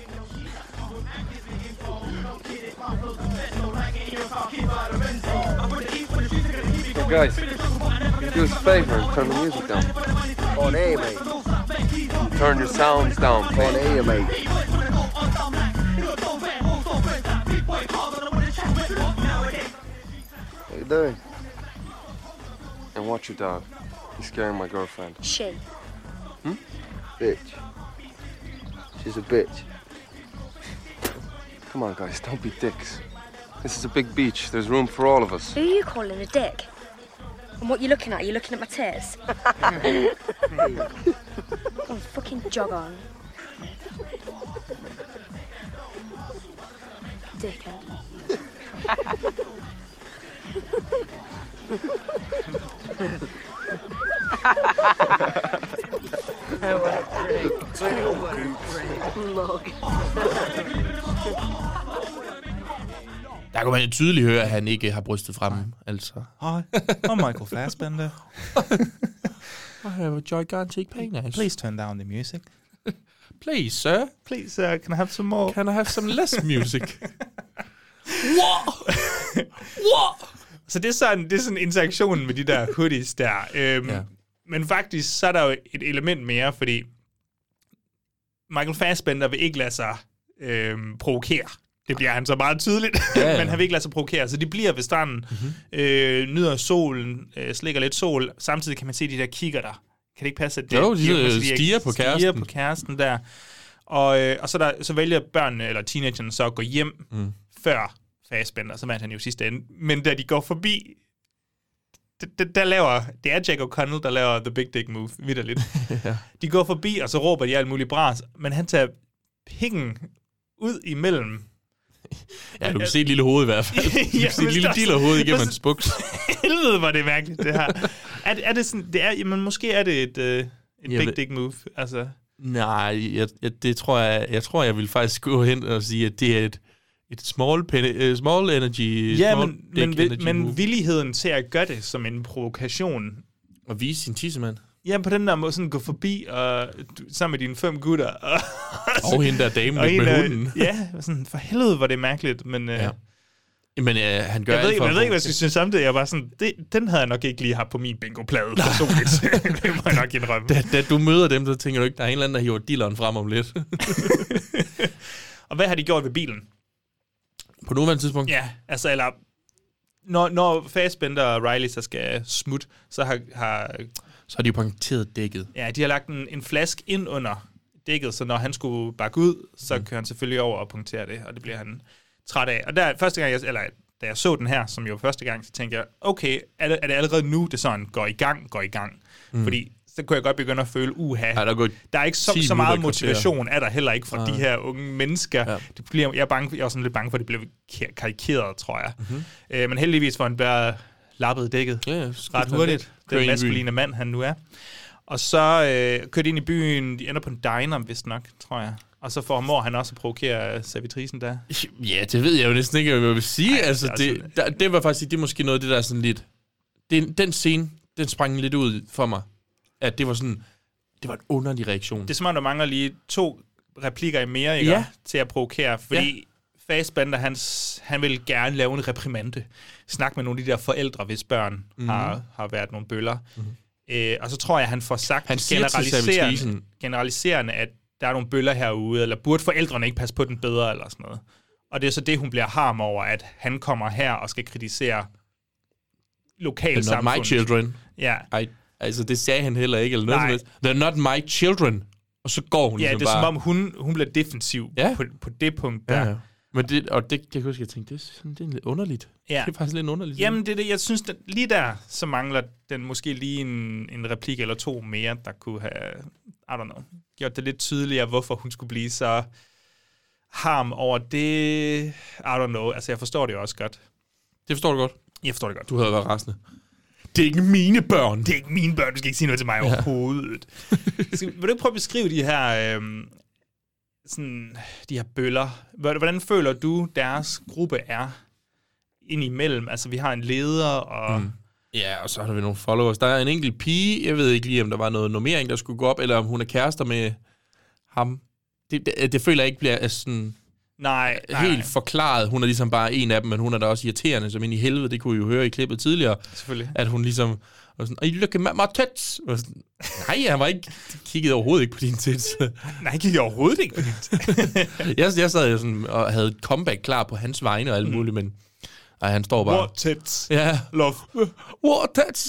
Hey guys, do us a favor and turn the music down. On air, mate. Turn your sounds down, please. On air, mate. What you doing? And watch your dog. He's scaring my girlfriend. She. Bitch. She's a bitch. Come on, guys, don't be dicks. This is a big beach. There's room for all of us. Who are you calling a dick? And what you looking at? Are you looking at my tears? Go on, fucking jog on. Dickhead. Der kan man tydeligt høre, at han ikke har brystet frem. Altså. Og Michael Fassbender. I have a gigantic penis. Please turn down the music. Please, sir. Please, sir, can I have some more? Can I have some less music? What? Så det er sådan interaktionen med de der hoodies der. Men faktisk, så er der jo et element mere, fordi Michael Fassbender vil ikke lade sig provokere. Det bliver han så meget tydeligt, men han vil ikke lade sig provokere. Så de bliver ved stranden, nyder solen, slikker lidt sol. Samtidig kan man se de der kigger der. Kan det ikke passe, at det de stiger på kæresten. Stiger på kæresten der. Og så vælger børnene, eller teenagerne, så at gå hjem før Fassbender, så vandt han jo sidste ende. Men da de går forbi, det er Jack O'Connell, der laver The Big Dick Move, vitterligt. De går forbi, og så råber de alt muligt bras, men han tager pikken ud imellem. Ja, du kan se et lille hoved i hvert fald. Du kan se et lille dillerhoved igennem hans buks. Helvede, hvor det er mærkeligt, det her. Er det sådan, jamen, måske er det et Big Dick Move, altså. Nej, det tror jeg vil faktisk gå hen og sige, at det er et small energy. Ja, men villigheden til at gøre det som en provokation. Og vise sin tissemand. Ja, på den der måde sådan gå forbi og sammen med dine 5 gutter. Og hende der dame med hunden. Ja, sådan, for helvede var det mærkeligt, men... Men han gør jeg ved ikke, hvad jeg skal synes samtidig. Jeg var sådan, den havde jeg nok ikke lige haft på min bingo-plade personligt. Det må jeg nok indrømme. Da du møder dem, så tænker du ikke, der er en eller anden, der hiver dilleren frem om lidt. Og hvad har de gjort ved bilen? På nuværende tidspunkt? Ja, altså, eller... Når Fassbender og Riley så skal smutte, så har de punkteret dækket. Ja, de har lagt en flaske ind under dækket, så når han skulle bakke ud, så kører han selvfølgelig over og punkterer det, og det bliver han træt af. Og der første gang, da jeg så den her, som jo første gang, så tænkte jeg, okay, er det allerede nu, det sådan går i gang? Fordi så kunne jeg godt begynde at føle, der er ikke så meget motivation, er der heller ikke fra de her unge mennesker. Ja. Jeg er sådan lidt bange for, at det bliver karikeret, tror jeg. Men heldigvis får han bare lappet dækket ret hurtigt. Den maskuline mand, han nu er. Og så kører de ind i byen, de ender på en diner, vist nok, tror jeg. Og så formår han også at provokere servitrisen der. Ja, det ved jeg jo næsten ikke, hvad jeg vil sige. Det var faktisk, det er måske noget af det, der er sådan lidt... Den scene, den sprang lidt ud for mig. At det var sådan... Det var en underlig reaktion. Det er som om, der mangler lige 2 replikker i mere, ikke? Til at provokere. Fordi Fassbender, han vil gerne lave en reprimande. Snak med nogle af de der forældre, hvis børn har været nogle bøller. Og så tror jeg, han får sagt generaliserende, at der er nogle bøller herude, eller burde forældrene ikke passe på den bedre, eller sådan noget. Og det er så det, hun bliver harm over, at han kommer her og skal kritisere lokalsamfundet. They're not my children. Ja. Altså, det sagde han heller ikke, eller noget som helst. They're not my children. Og så går hun ligesom bare... Ja, det er som om, hun bliver defensiv på det punkt der. Ja. Men det kan jeg huske, jeg tænkte, det er lidt underligt. Ja. Det er faktisk lidt underligt. Jamen, det er det. Jeg synes, lige der, så mangler den måske lige en replik eller 2 mere, der kunne have, I don't know, gjort det lidt tydeligere, hvorfor hun skulle blive så harm over det. I don't know. Altså, jeg forstår det jo også godt. Det forstår du godt? Jeg forstår det godt. Du havde været rasende. Det er ikke mine børn. Det er ikke mine børn. Du skal ikke sige noget til mig overhovedet. Vil du ikke prøve at beskrive de her, sådan, de her bøller? Hvordan føler du, deres gruppe er indimellem? Altså, vi har en leder og... Ja, og så har vi nogle followers. Der er en enkelt pige. Jeg ved ikke lige, om der var noget nummering, der skulle gå op, eller om hun er kærester med ham. Det føler jeg ikke bliver sådan... Nej. Helt forklaret. Hun er ligesom bare en af dem, men hun er da også irriterende, som ind i helvede. Det kunne vi jo høre i klippet tidligere. Selvfølgelig. At hun ligesom var sådan, are you looking at my tits? Nej, han var ikke kigget overhovedet ikke på dine tits. Nej, han kiggede overhovedet ikke på dine tits. jeg sad jo sådan og havde et comeback klar på hans vegne og alt muligt, men han står bare... What tits? Ja. Love. What tits?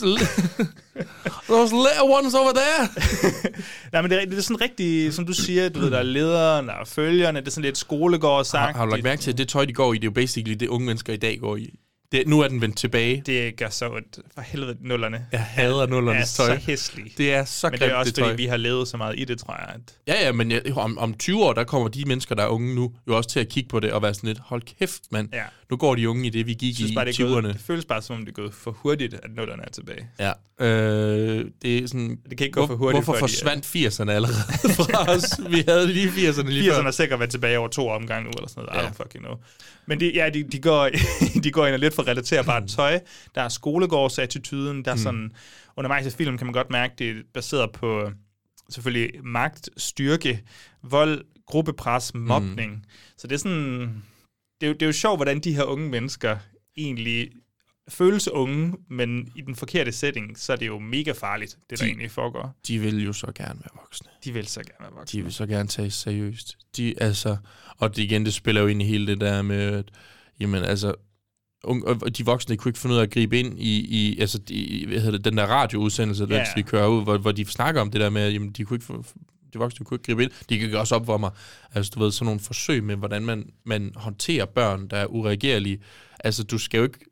Those little ones over there. Nej, men det er sådan rigtig, som du siger, du ved, der er lederen og følgerne, det er sådan lidt skolegård-sagt. Har du lagt mærke til, at det tøj, de går i, det er jo basically det, unge mennesker i dag går i? Nu er den vendt tilbage. Det gør så ondt. For helvede, nullerne. Jeg hader nullernes tøj. Det er så hæsligt. Det er så grimt, det tøj. Men det er også, fordi vi har levet så meget i det, tror jeg. At... Ja, men om 20 år, der kommer de mennesker, der er unge nu, jo også til at kigge på det og være sådan lidt, hold kæft, mand. Ja. Nu går de unge i det, vi gik i 20'erne. Det føles bare, som om det er gået for hurtigt, at nullerne er tilbage. Ja. Det er sådan... Det kan ikke gå for hurtigt. Hvorfor forsvandt 80'erne allerede fra os? Vi havde lige 80'erne lige før. 80'erne er sikkert været tilbage over 2 omgange nu, eller sådan noget. I don't fucking know. Men de går ind og lidt for relaterbart tøj. Der er skolegårdsattituden. Der er sådan... Undervejs i film kan man godt mærke, det er baseret på selvfølgelig magt, styrke, vold, gruppepres, mobning. Så det er sådan... Det er jo sjovt, hvordan de her unge mennesker egentlig føles unge, men i den forkerte setting, så er det jo mega farligt, det der egentlig foregår. De vil jo så gerne være voksne. De vil så gerne være voksne. De vil så gerne tages seriøst. Og det igen, det spiller jo ind i hele det der med, at, jamen altså, de voksne kunne ikke finde ud af at gribe ind i altså, den der radioudsendelse, der de kører ud, hvor de snakker om det der med, at jamen, de voksne kunne ikke gribe ind. De gik også op for mig. Altså, du ved, sådan nogle forsøg med, hvordan man håndterer børn, der er ureagerlige. Altså, du skal jo ikke...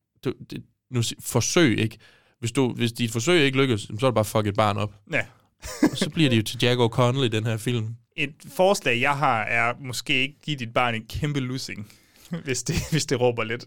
forsøg ikke. Hvis dit forsøg ikke lykkes, så er det bare fuck et barn op. Ja. Så bliver det jo til Jack O'Connell i den her film. Et forslag, jeg har, er måske ikke give dit barn en kæmpe lussing, hvis det råber lidt.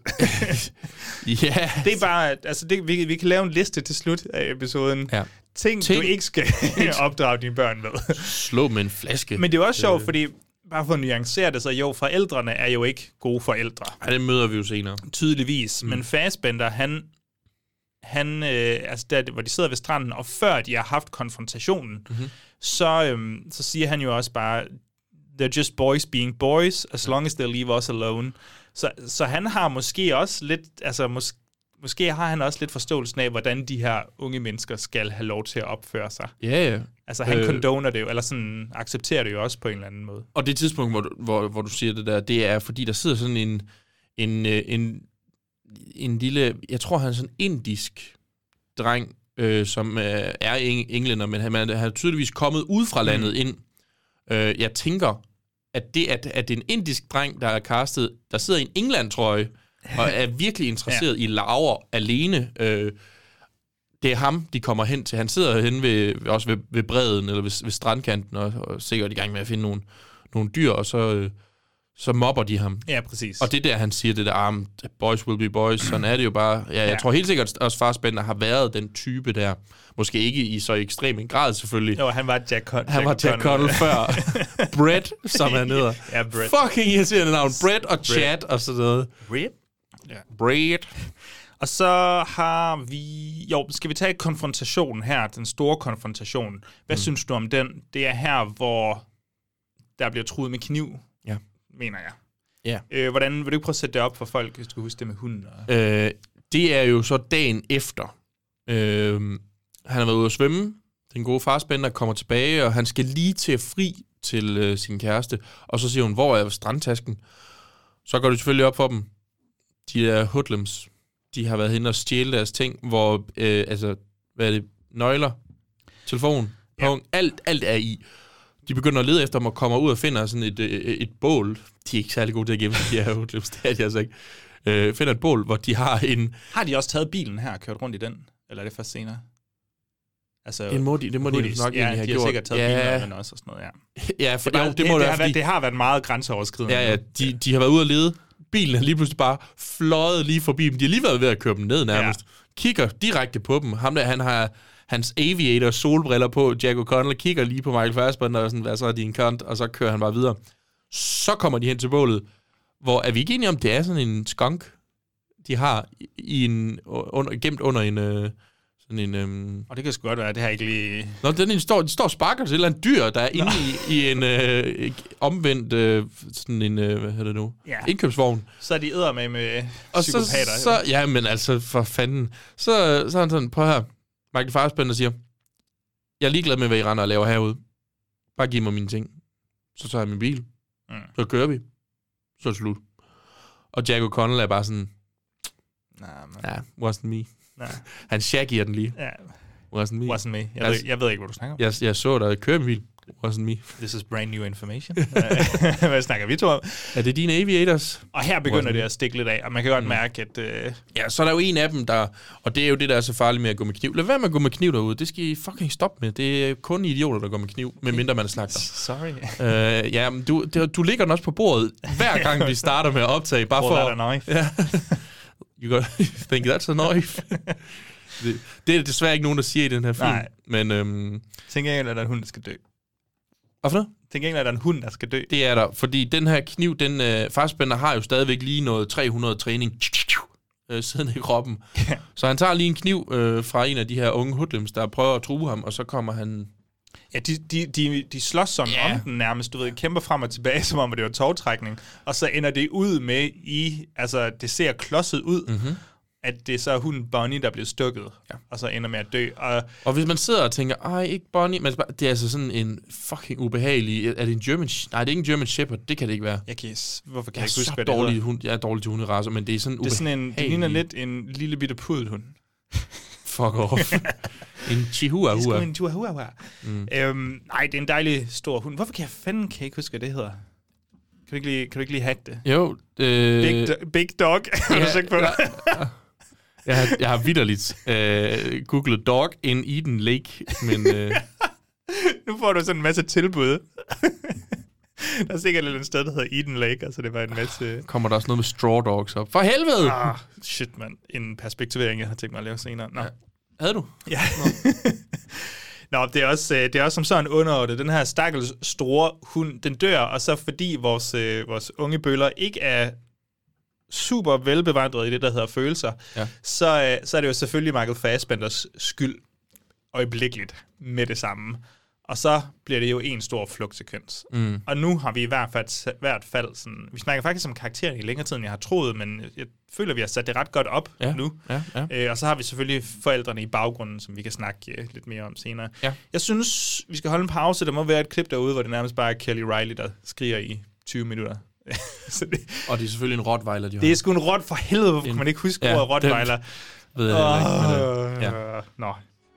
Ja. Det er bare... Altså, vi kan lave en liste til slut af episoden. Ja. Ting, du ikke skal opdrage dine børn med. Slå med en flaske. Men det er jo også sjovt, fordi... Bare for at nuancere det, så jo, forældrene er jo ikke gode forældre. Ja, det møder vi jo senere. Tydeligvis. Men Fassbender, han altså der, hvor de sidder ved stranden, og før de har haft konfrontationen, så siger han jo også bare, they're just boys being boys, as long as they leave us alone. Så han har måske også lidt, altså måske har han også lidt forståelsen af, hvordan de her unge mennesker skal have lov til at opføre sig. Ja. Altså han condoner det jo, eller sådan accepterer det jo også på en eller anden måde. Og det tidspunkt, hvor du siger det der, det er fordi, der sidder sådan en lille, jeg tror han er sådan en indisk dreng, som er englænder, men han er tydeligvis kommet ud fra landet ind. Jeg tænker, at det er en indisk dreng, der er castet, der sidder i en England-trøje, og er virkelig interesseret i larver alene. Det er ham, de kommer hen til. Han sidder hen ved bredden, eller ved strandkanten, og sikkert i gang med at finde nogle dyr, og så mobber de ham. Ja, præcis. Og det der, han siger, det der, boys will be boys, sådan er det jo bare. Ja, jeg tror helt sikkert, også Fassbender har været den type der. Måske ikke i så ekstrem en grad, selvfølgelig. Jo, han var Jack Connell før. Brett, som han hedder. Ja, Brett. Fucking irriterende navn. Brett og Chad og sådan noget. Brett? Ja. Brett. Og så har vi... Jo, skal vi tage konfrontationen her, den store konfrontation. Hvad synes du om den? Det er her, hvor der bliver truet med kniv, mener jeg. Ja. Hvordan vil du prøve at sætte det op for folk, hvis du skal huske det med hunden? Det er jo så dagen efter. Han har været ude at svømme. Den gode Fassbender kommer tilbage, og han skal lige til fri til sin kæreste. Og så siger hun, hvor er strandtasken? Så går det selvfølgelig op for dem. De der hoodlums, de har været hen og stjæle deres ting, hvor, hvad er det, nøgler, telefon, pung, alt er i. De begynder at lede efter dem og kommer ud og finder sådan et bål. De er ikke særlig gode til at gemme de her hoodlums, det er de altså ikke. Finder et bål, hvor de har en... Har de også taget bilen her og kørt rundt i den? Eller er det først senere? Altså, det må de nok egentlig have gjort. De har sikkert taget bilen også og sådan noget, Ja, for det har været meget grænseoverskridende. Ja, de har været ude at lede. bilen er lige pludselig bare fløjet lige forbi dem. De har lige været ved at køre dem ned nærmest. Kigger direkte på dem. Ham der, han har hans aviator solbriller på. Jack O'Connell kigger lige på Michael Fassbender og sådan, hvad så er din kant? Og så kører han bare videre. Så kommer de hen til bålet, hvor er vi ikke enige om, det er sådan en skunk, de har gemt under en... Og det kan sgu godt være, det har ikke lige... Nå, de står og sparker til et eller andet dyr, der er inde i en omvendt, sådan en, hvad hedder det nu? Ja. Indkøbsvogn. Så er de med psykopater. Så, ja, men altså, for fanden. Så er han sådan, prøv her. Michael Fassbender siger, jeg er ligeglad med, hvad I render og laver herude. Bare giv mig mine ting. Så tager jeg min bil. Så kører vi. Så er det slut. Og Jack O'Connell er bare sådan, wasn't me. Han shaggier den lige. Ja. Wasn't me. Wasn't me. Jeg ved ikke, hvad du snakker om. Jeg så dig køre min bil. Wasn't me. This is brand new information. Hvad snakker vi to om? Er det dine aviators? Og her begynder det at stikke lidt af, og man kan godt mærke, at... Ja, så er der jo en af dem, der... Og det er jo det, der er så farligt med at gå med kniv. Lad være med at gå med kniv derude. Det skal I fucking stoppe med. Det er kun idioter, der går med kniv, medmindre man er slagter. Sorry. Ja, men du ligger den også på bordet, hver gang vi starter med at optage. Bare for... That a knife. Ja. You got think that's a knife. Det er desværre ikke nogen, der siger i den her film. Nej. Men... Tænk ikke, at der er en hund, der skal dø. Hvorfor noget? Tænk ikke, at der er en hund, der skal dø. Det er der, fordi den her kniv, Fassbender har jo stadigvæk lige noget 300 træning siddende i kroppen. Så han tager lige en kniv fra en af de her unge hoodlums, der prøver at true ham, og så kommer han... Ja, de slås sådan om den nærmest, du ved, kæmper frem og tilbage, som om det var tovtrækning, og så ender det ud med altså det ser klodset ud, at det er så hunden Bonnie, der bliver stukket, og så ender med at dø. Og hvis man sidder og tænker, ej, ikke Bonnie, men det er altså sådan en fucking ubehagelig... Er det en German... Nej, det er ikke en German Shepherd, det kan det ikke være. Hvorfor kan jeg ikke huske, hvad det hedder? Jeg er dårlig til hunderacer, men det er sådan ubehagelig. Det ligner lidt en lille bitte pudelhund. Fuck off. En chihuahua. Det er sgu en chihuahua. Nej, det er en dejlig stor hund. Hvorfor kan jeg ikke huske, hvad det hedder? Kan du ikke lige hacke det? Jo. Big Dog. Har du sikker på det? Jeg har vitterligt googlet dog in Eden Lake, men... Nu får du sådan en masse tilbud. Der er sikkert et eller andet sted, der hedder Eden Lake, altså det var en masse... Kommer der også noget med straw dogs op? For helvede! Shit, mand. En perspektivering, jeg har tænkt mig at lave senere. Nå. Ja. Havde du? Ja. Nå, det er også som sådan underordnet. Den her stakkels store hund, den dør, og så fordi vores unge bøller ikke er super velbevandret i det, der hedder følelser, så er det jo selvfølgelig Michael Fassbenders skyld øjeblikkeligt med det samme. Og så bliver det jo en stor flugtsekvens. Og nu har vi i hvert fald sådan... Vi snakker faktisk om karakteren i længere tid, end jeg har troet, men jeg føler, vi har sat det ret godt op nu. Ja. Og så har vi selvfølgelig forældrene i baggrunden, som vi kan snakke lidt mere om senere. Ja. Jeg synes, vi skal holde en pause. Der må være et klip derude, hvor det nærmest bare er Kelly Reilly, der skriger i 20 minutter. Og det er selvfølgelig en rottweiler, de har. Det er sgu en rot for helvede. Hvorfor kan man ikke huske ordet rottweiler? Ved jeg ikke. Nå.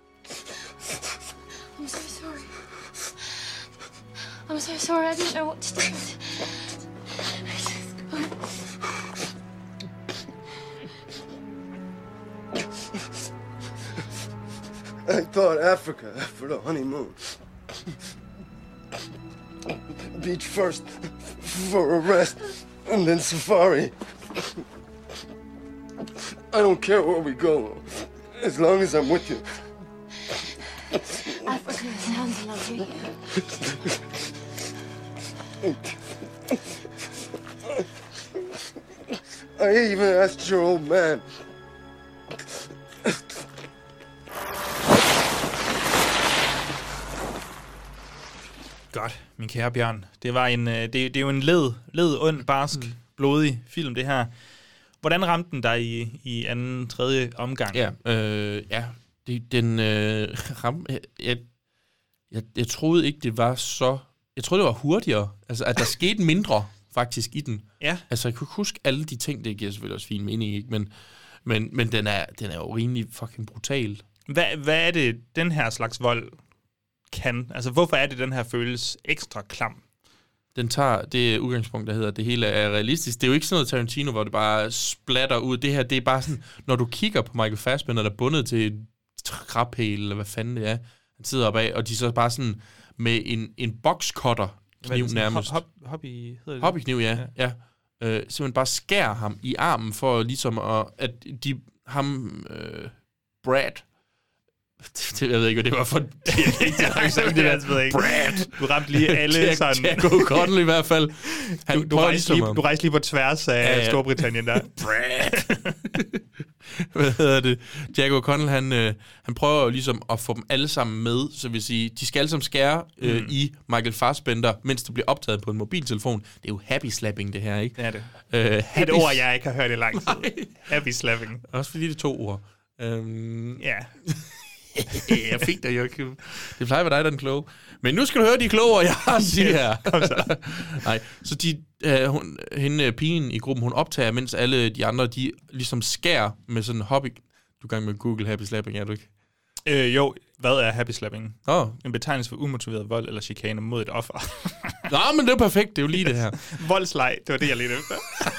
I'm so sorry, I didn't know what to do. I thought Africa for the honeymoon. Beach first for a rest, and then safari. I don't care where we go, as long as I'm with you. Africa sounds lovely. I even asked your old man. Godt, min kære Bjørn. Det var det er jo en led, ond, barsk, blodig film, det her. Hvordan ramte den dig i anden, tredje omgang? Den ramte... Jeg troede ikke, det var så... Jeg troede, det var hurtigere. Altså, at der skete mindre, faktisk, i den. Ja. Altså, jeg kunne huske alle de ting, det giver selvfølgelig også fin mening, ikke? Men den er jo rimelig fucking brutal. Hvad er det, den her slags vold kan? Altså, hvorfor er det, den her føles ekstra klam? Den tager det udgangspunkt, der hedder, det hele er realistisk. Det er jo ikke sådan noget Tarantino, hvor det bare splatter ud. Det her, det er bare sådan, når du kigger på Michael Fassbender, der er bundet til et traphæl, eller hvad fanden det er, han sidder oppe af, og de så bare sådan med en boxcutter kniv nærmest. Hobbykniv, ja. simpelthen bare skærer ham i armen for ligesom at Brad. Jeg ved ikke, hvad det var for Brad. Du ramte lige alle sådan. Jago Connell i hvert fald. Du rejste lige på tværs af Storbritannien der. Brad. Hvad hedder det? Jago Connell, han prøver jo ligesom at få dem alle sammen med, så vil sige, de skal alle sammen skære i Michael Fassbender, mens det bliver optaget på en mobiltelefon. Det er jo happy slapping, det her, ikke? Det er det. Et ord, jeg ikke har hørt i lang tid. Happy slapping. Også fordi det er 2 ord. Ja. Jeg fik dig, Joachim. Det plejer at være dig, der er den kloge. Men nu skal du høre de kloge ord, jeg har at sige her. Kom så. Nej, så hende pigen i gruppen, hun optager, mens alle de andre, de ligesom skærer med sådan en hobby. Du er i gang med Google happy slapping, er du ikke? Jo, hvad er happy slapping? En betegnelse for umotiveret vold eller chikane mod et offer. Nå, men det er perfekt, det er jo lige det her. Voldsleg, det var det, jeg ledte efter.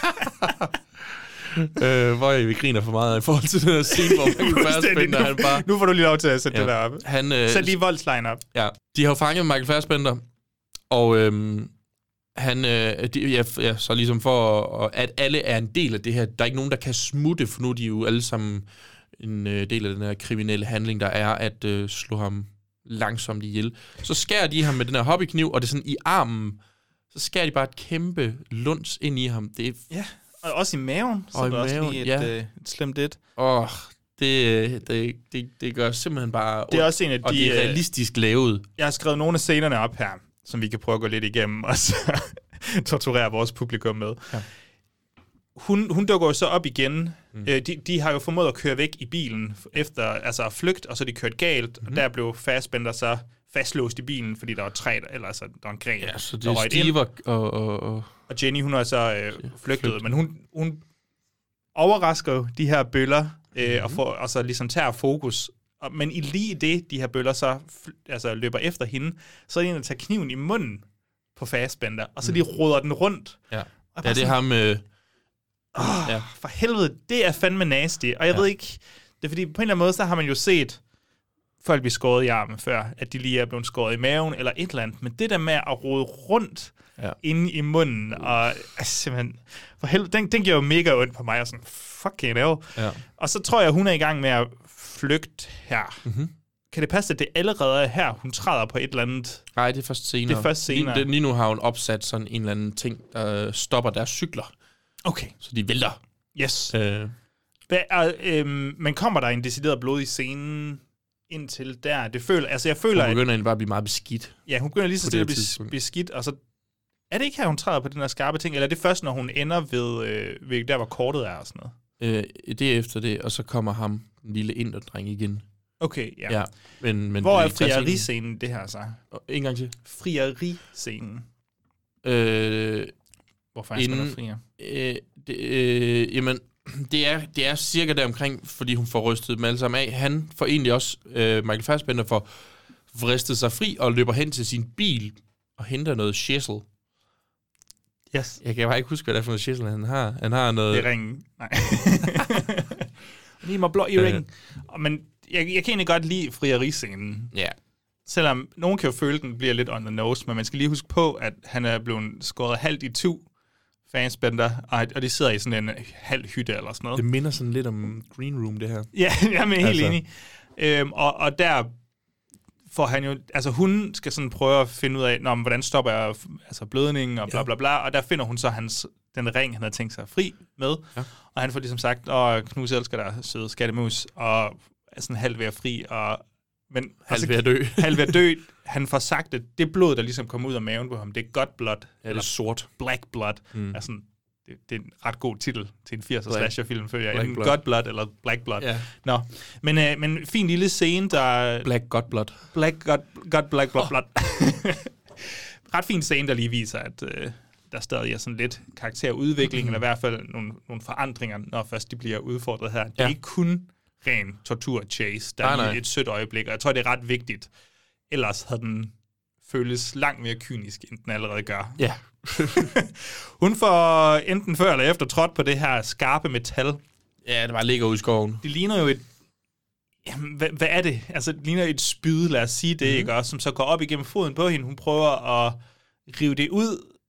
Hvor vi griner for meget i forhold til den her scene, hvor Michael Fassbender, han bare... Nu får du lige lov til at sætte det der op. Sæt lige voldslejen op. Ja, de har jo fanget Michael Fassbender, og så ligesom for, at alle er en del af det her. Der er ikke nogen, der kan smutte, for nu er de jo alle sammen en del af den her kriminelle handling, der er at slå ham langsomt ihjel. Så skærer de ham med den her hobbykniv, og det er sådan i armen, så skærer de bare et kæmpe luns ind i ham. Det er... Ja. Og også i maven, så det er også lige et slemt et. Det gør simpelthen bare... Det er også en af de... Og det er realistisk lavet. Jeg har skrevet nogle af scenerne op her, som vi kan prøve at gå lidt igennem, og så torturere vores publikum med. Ja. Hun dukker jo så op igen. De har jo formået at køre væk i bilen efter at flygte, og så er de kørt galt, og der blev Fassbender så fastlåst i bilen, fordi der var træ, eller altså, der var en gren. Ja, så det er Steve og Jenny, hun har så flygtet, men hun overrasker jo de her bøller, og så ligesom tager fokus. Men i lige det, de her bøller så løber efter hende, så er de en, der tager kniven i munden på Fassbender, og så de roder den rundt. Ja, det er ham... For helvede, det er fandme nasty. Og jeg ved ikke, det er fordi, på en eller anden måde, så har man jo set folk blive skåret i armen før, at de lige er blevet skåret i maven, eller et eller andet. Men det der med at rode rundt inde i munden, og simpelthen, for helvede, den giver jo mega ondt på mig, og sådan, fucking hell. Ja. Og så tror jeg, hun er i gang med at flygte her. Mm-hmm. Kan det passe, at det allerede er her, hun træder på et eller andet? Nej, det er først senere. Lige nu har hun opsat sådan en eller anden ting, der stopper deres cykler. Okay. Så de vælter. Yes. Men kommer der en decideret blodig scene indtil der? Jeg føler, hun begynder egentlig bare at blive meget beskidt. Ja, hun begynder lige så stille at blive beskidt, og så er det ikke her, hun træder på den her skarpe ting, eller er det først, når hun ender ved der, hvor kortet er og sådan noget? Det er efter det, og så kommer ham, den lille inderdreng igen. Okay, ja. Men hvor er frieriscenen det her så? En gang til. Frieriscenen. Hvorfor er der frier? Jamen, det er cirka deromkring, fordi hun får rystet dem alle sammen af. Han får egentlig også, Michael Fassbender, får vristet sig fri og løber hen til sin bil og henter noget shizzle. Yes. Jeg kan bare ikke huske, hvad det er for noget shizzle, han har. Han har noget... Det er ringen. Nej. Lige mig blå i ringen. Men jeg kan egentlig godt lide frieriscenen. Ja. Selvom nogen kan jo føle, at den bliver lidt on the nose, men man skal lige huske på, at han er blevet skåret halvt i 2 Fassbender, og de sidder i sådan en halv hytte eller sådan noget. Det minder sådan lidt om Green Room, det her. Ja, jeg er helt enig. Og der får han jo... Altså, hun skal sådan prøve at finde ud af, hvordan stopper jeg blødningen og bla bla bla, og der finder hun så den ring, han havde tænkt sig fri med, og han får ligesom sagt, Knus elsker dig, søde skattemus, og er sådan halvt ved at fri, og... Men halvt ved at dø. Halvt ved at dø. Han får sagt, at det blod, der ligesom kommer ud af maven på ham, det er God Blood. Eller sort. Black Blood. Altså, det er en ret god titel til en 80'er slasherfilm, føler jeg. God Blood eller Black Blood. Ja. Nå. Men fin lille scene, der... Black God Blood. Black Blood. Ret fin scene, der lige viser, at der stadig er sådan lidt karakterudvikling, eller i hvert fald nogle forandringer, når først de bliver udfordret her. Det er ikke kun ren tortur-chase, der er et sødt øjeblik, og jeg tror, det er ret vigtigt. Ellers havde den føles langt mere kynisk, end den allerede gør. Ja. Hun får enten før eller efter trådt på det her skarpe metal. Ja, det bare ligger ude i skoven. Det ligner jo et... Jamen, hvad er det? Altså, det ligner et spyd, lad os sige det, ikke? Også, som så går op igennem foden på hende. Hun prøver at rive det ud.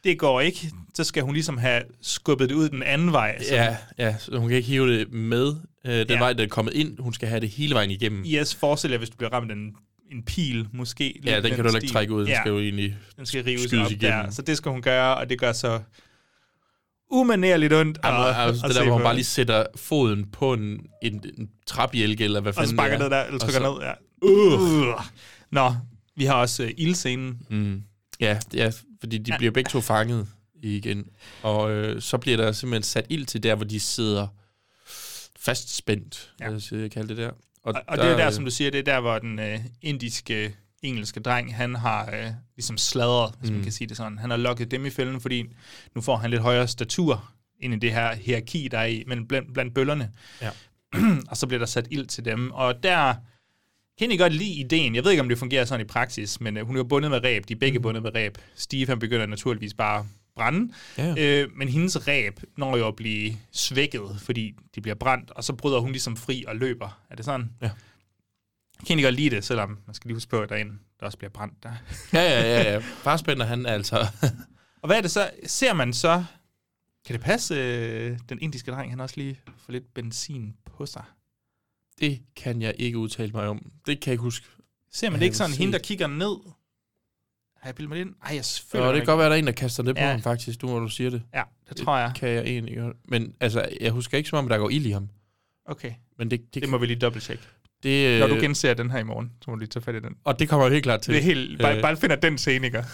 det går ikke. Så skal hun ligesom have skubbet det ud den anden vej. Ja, så hun kan ikke hive det med den vej, der er kommet ind. Hun skal have det hele vejen igennem. Yes, forestil jer, hvis du bliver ramt af en pil, måske. Ja, den kan du ikke trække ud. Den skal jo egentlig rives op der. Så det skal hun gøre, og det gør så umanerligt ondt. Det der, hvor hun bare lige sætter foden på en træbjælke, eller hvad fanden og sparker ned der, eller trykker ned, ja. Nå, vi har også ildscenen. Ja, fordi de bliver begge to fanget igen. Og så bliver der simpelthen sat ild til der, hvor de sidder fastspændt, hvis jeg kalder det der. Og det er der, som du siger, det er der, hvor den indiske engelske dreng, han har ligesom sladret, hvis man kan sige det sådan. Han har lokket dem i fælden, fordi nu får han lidt højere statur ind i det her hierarki, der er i, men blandt bøllerne. Ja. Og så bliver der sat ild til dem. Og der kan jeg godt lide ideen. Jeg ved ikke, om det fungerer sådan i praksis, men hun er jo bundet med reb. De er begge bundet med reb. Steve, han begynder naturligvis bare at brænde. Ja. Men hendes reb når jo at blive svækket, fordi de bliver brændt, og så bryder hun ligesom fri og løber. Er det sådan? Ja. Jeg kan ikke godt lide det, selvom man skal lige huske på, at der er en, der også bliver brændt der. Ja. Farspænder han altså. Og hvad er det så? Ser man så... Kan det passe, den indiske dreng, han også lige får lidt benzin på sig? Det kan jeg ikke udtale mig om. Det kan jeg ikke huske. Ser man det ikke sådan, hende der kigger ned? Har jeg bildet mig det ind? Ej, jeg føler det kan godt være, der er en, der kaster det på ham faktisk, nu hvor du siger det. Ja, det tror jeg. Kan jeg egentlig gøre. Men altså, jeg husker ikke som om, der går ild i ham. Okay. Men det må vi lige dobbelttjekke. Når du genser den her i morgen, så må du lige tage fat i den. Og det kommer helt klart til. Det er helt... Bare finder den scene, ikke?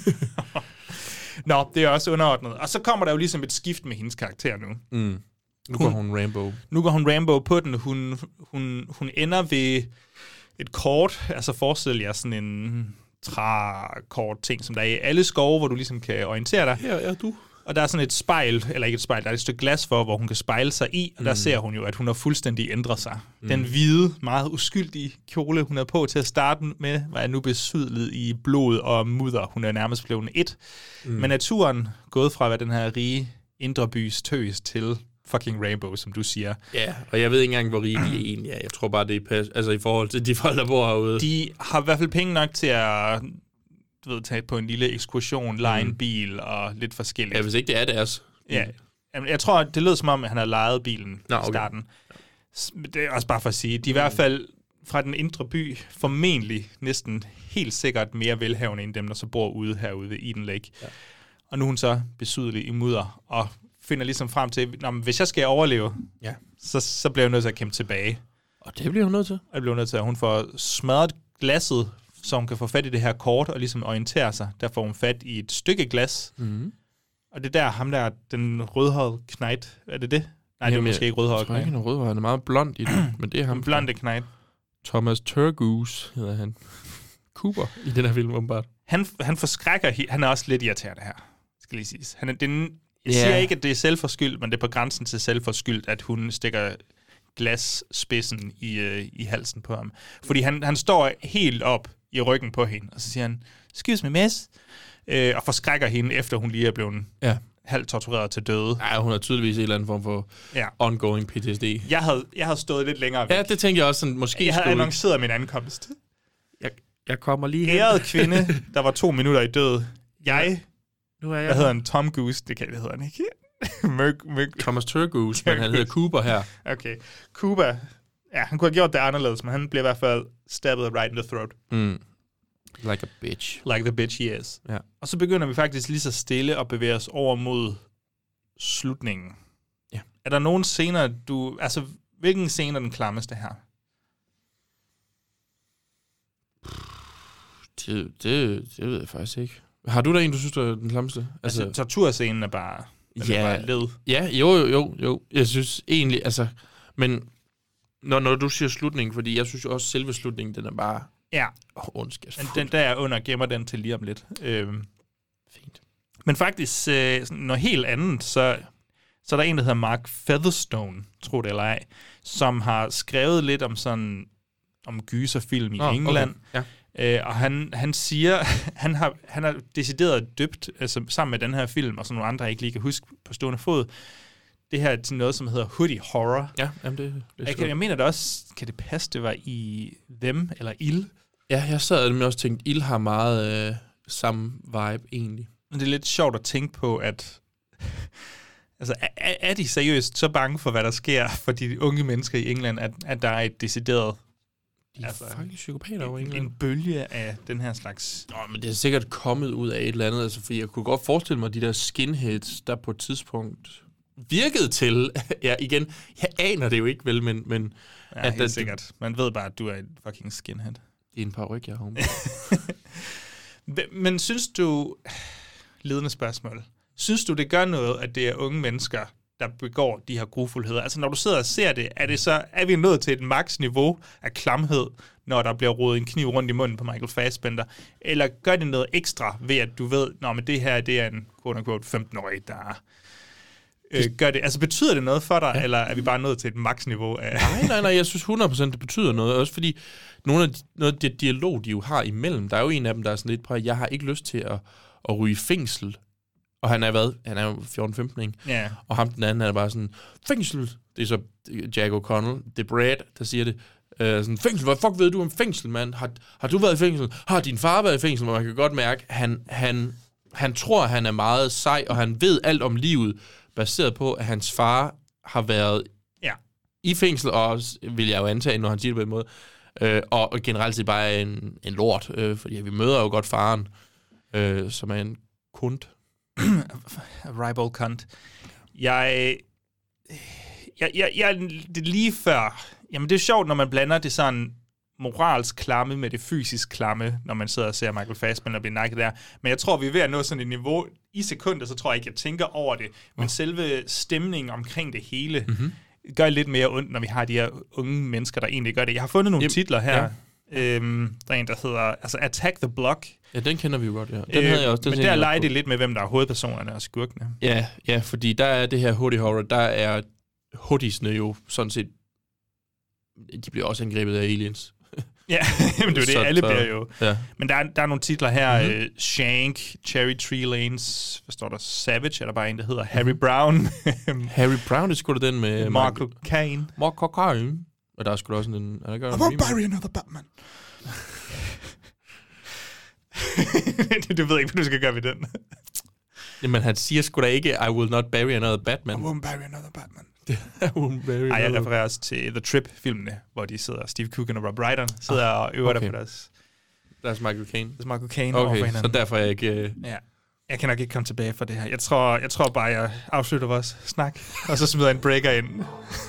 Nå, det er også underordnet. Og så kommer der jo ligesom et skift med hendes karakter nu. Nu går hun Rambo. Nu går hun Rambo på den. Hun ender ved et kort, altså forestil jer sådan en trækort ting, som der er i alle skove, hvor du ligesom kan orientere dig. Her er du. Og der er sådan et spejl, eller ikke et spejl, der er et stykke glas for, hvor hun kan spejle sig i, og der ser hun jo, at hun har fuldstændig ændret sig. Den hvide, meget uskyldige kjole, hun er på til at starte med, var nu besydlet i blod og mudder. Hun er nærmest blevet et. Men naturen gået fra at være den her rige indre bys tøs til fucking Rainbow, som du siger. Ja, og jeg ved ikke engang, hvor rige de er egentlig. Jeg tror bare, det er altså i forhold til de folk, der bor herude. De har i hvert fald penge nok til at tage på en lille ekskursion, lege en bil og lidt forskelligt. Ja, hvis ikke det er deres. Ja. Jeg tror, det lød som om, at han har lejet bilen i starten. Det er også bare for at sige, de er i hvert fald fra den indre by formentlig næsten helt sikkert mere velhavende end dem, der så bor ude herude ved Eden Lake. Ja. Og nu er hun så besydelig i mudder og finder ligesom frem til, hvis jeg skal overleve, så bliver jeg nødt til at kæmpe tilbage. Og det bliver hun nødt til? Og det bliver hun nødt til, at hun får smadret glasset, så hun kan få fat i det her kort og ligesom orientere sig. Der får hun fat i et stykke glas. Og det er der, ham der, den rødhårede Knight, er det det? Nej, det er måske ikke rødhårede Knight. Jeg tror ikke, han er rødhårede. Han er meget blond i det, men det er ham. En blonde Knight. Thomas Turgoose hedder han. Cooper i den her film, åbenbart. Han forskrækker, han er også lidt irriterende her, skal lige siges. Jeg siger ikke, at det er selvforskyldt, men det er på grænsen til selvforskyldt, at hun stikker glasspidsen i halsen på ham. Fordi han står helt op i ryggen på hende, og så siger han, excuse me, miss, og forskrækker hende, efter hun lige er blevet halvt tortureret til døde. Ja, hun har tydeligvis en eller anden form for ongoing PTSD. Jeg havde stået lidt længere væk. Ja, det tænkte jeg også. Sådan, måske jeg havde annonceret min ankomst. Jeg kommer lige hen. Ærede kvinde, der var 2 minutter i død. Hvad hedder han? Tom Goose? Det hedder han ikke. Thomas Turgoose, men han hedder Cooper her. Okay. Cooper, han kunne have gjort det anderledes, men han blev i hvert fald stabbed right in the throat. Like a bitch. Like the bitch he is. Ja. Og så begynder vi faktisk lige så stille at bevæge os over mod slutningen. Ja. Er der nogen scener, hvilken scene er den klammeste her? Det ved jeg faktisk ikke. Har du der en, du synes, der er den klammeste? Altså torturscenen er bare... led. Ja, jo. Jeg synes egentlig, men når du siger slutningen, fordi jeg synes jo også, selve slutningen, den er bare ondskabsfuld. Den der er under, gemmer den til lige om lidt. Fint. Men faktisk, noget helt andet, så er der en, der hedder Mark Featherstone, tro det eller ej, som har skrevet lidt om gyserfilm i England. Okay. Ja. Og han siger, han har decideret døbt, sammen med den her film, og så nogle andre, jeg ikke lige kan huske på stående fod, det her til noget, som hedder Hoodie Horror. Ja, jamen det jeg mener det også, kan det passe, det var i Them, eller Ill? Ja, jeg sad med også tænkt, Ill har meget samme vibe egentlig. det er lidt sjovt at tænke på, at altså, er de seriøst så bange for, hvad der sker for de unge mennesker i England, at der er et decideret... De er fucking psykopater over England. En bølge af den her slags... Men det er sikkert kommet ud af et eller andet, altså, fordi jeg kunne godt forestille mig, de der skinheads, der på et tidspunkt virkede til... Ja, igen, jeg aner det jo ikke, vel, men ja, helt sikkert. Man ved bare, at du er en fucking skinhead. Det er en paryk, jeg har. Men synes du... Ledende spørgsmål. Synes du, det gør noget, at det er unge mennesker, der begår de her grufuldheder? Altså, når du sidder og ser det, er vi nået til et maks niveau af klamhed, når der bliver rodet en kniv rundt i munden på Michael Fassbender? Eller gør det noget ekstra ved, at du ved, men det her, det er en quote-unquote 15-årig, der gør det? Altså, betyder det noget for dig, eller er vi bare nået til et maks-niveau af... Nej, jeg synes 100% det betyder noget, også fordi noget af det dialog, de jo har imellem, der er jo en af dem, der er sådan lidt på, at jeg har ikke lyst til at ryge i fængsel. Og han er jo 14-15, ikke? Yeah. Og ham den anden er bare sådan, fængsel! Det er så Jack O'Connell, The Brad, der siger det. Sådan, fængsel, hvad fuck ved du om fængsel, mand? Har du været i fængsel? Har din far været i fængsel? Og man kan godt mærke, han tror, han er meget sej, og han ved alt om livet, baseret på, at hans far har været i fængsel, og vil jeg jo antage, når han siger det på en måde. Og generelt set bare en lort, fordi vi møder jo godt faren, som er en kund. Ribald cunt. Jeg det er lige før... Jamen, det er sjovt, når man blander det sådan moralsk klamme med det fysisk klamme, når man sidder og ser Michael Fassbender blive nakket der. Men jeg tror, vi er ved at nå sådan et niveau. I sekunder, så tror jeg ikke, jeg tænker over det. Men selve stemningen omkring det hele gør lidt mere ondt, når vi har de her unge mennesker, der egentlig gør det. Jeg har fundet nogle titler her. Ja. Der er en, der hedder altså Attack the Block. Ja, den kender vi jo godt, ja. Den havde jeg også. Men der leger det lidt med, hvem der er hovedpersonerne og skurkene. Ja, fordi der er det her hoodie horror, der er hoodiesne jo sådan set, de bliver også angrebet af aliens. Ja, men det er jo det, alle bliver jo. Ja. Men der er nogle titler her, Shank, Cherry Tree Lanes, hvad står der, Savage, er der bare en, der hedder Harry Brown. Harry Brown, det skulle da den med... Marco Caine. Og der er sgu da også en... I won't bury another Batman. Du ved ikke, hvad du skal gøre ved den. Jamen, han siger sgu da ikke, I will not bury another Batman. I won't bury another Batman. Jeg refererer også til The Trip-filmene, hvor de sidder, Steve Coogan og Rob Brydon, sidder og øver der på deres... Deres Michael Caine. Deres Michael Caine over for hinanden. Så derfor er jeg ikke... Ja. Jeg kan nok ikke komme tilbage fra det her. Jeg tror bare, jeg afslutter vores snak, og så smider en breaker ind.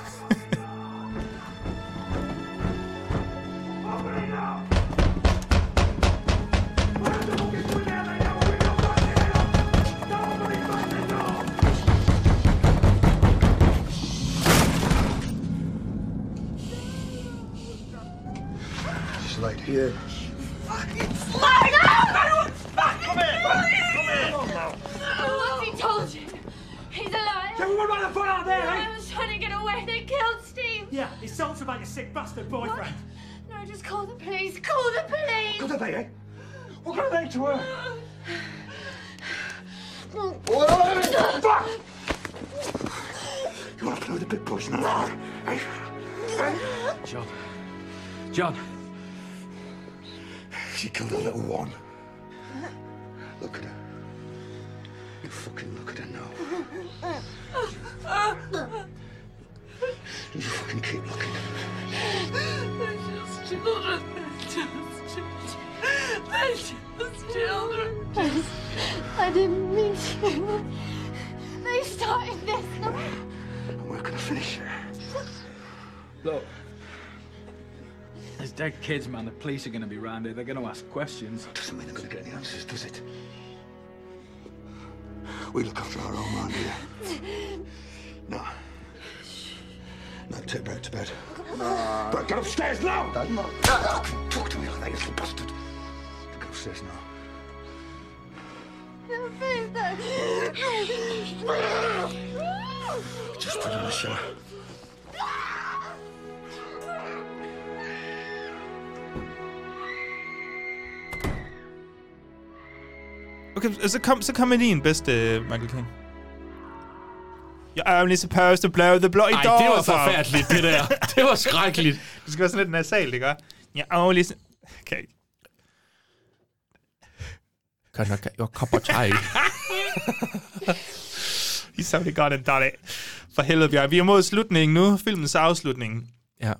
Yeah. Fucking slide out! Come here! What's he told you? He's alive. Yeah, what about the fun out there, eh? I was trying to get away. They killed Steve. Yeah, he sounds about your sick bastard boyfriend. What? No, just call the police. Call the police. What are they, eh? What are they to her? Fuck! You want to play the big boys now? Hey? John. She killed her little one. Look at her. You fucking look at her now. You fucking keep looking. They're just children. They're just children. I didn't mean to. They started this. And we're gonna finish her. Look. There's dead kids, man. The police are going to be round here. They're going to ask questions. Doesn't mean they're going to get any answers, does it? We look after our own round here. No. No, take her out to bed. But get upstairs now! Dad, no. Talk to me like that, you little bastard. Get upstairs now. Just put her in the shower. Okay, så kom med din bedste, Michael Caine. You're only supposed to blow the bloody doors. Ej, det var forfærdeligt, det der. Det var skrækkeligt. Du skal være sådan lidt nasal, ikke? You're only... Okay. Kan jeg cup of chai? He's so got it done. For helvede, Bjørn. Vi er mod slutningen nu. Filmens afslutning. Ja.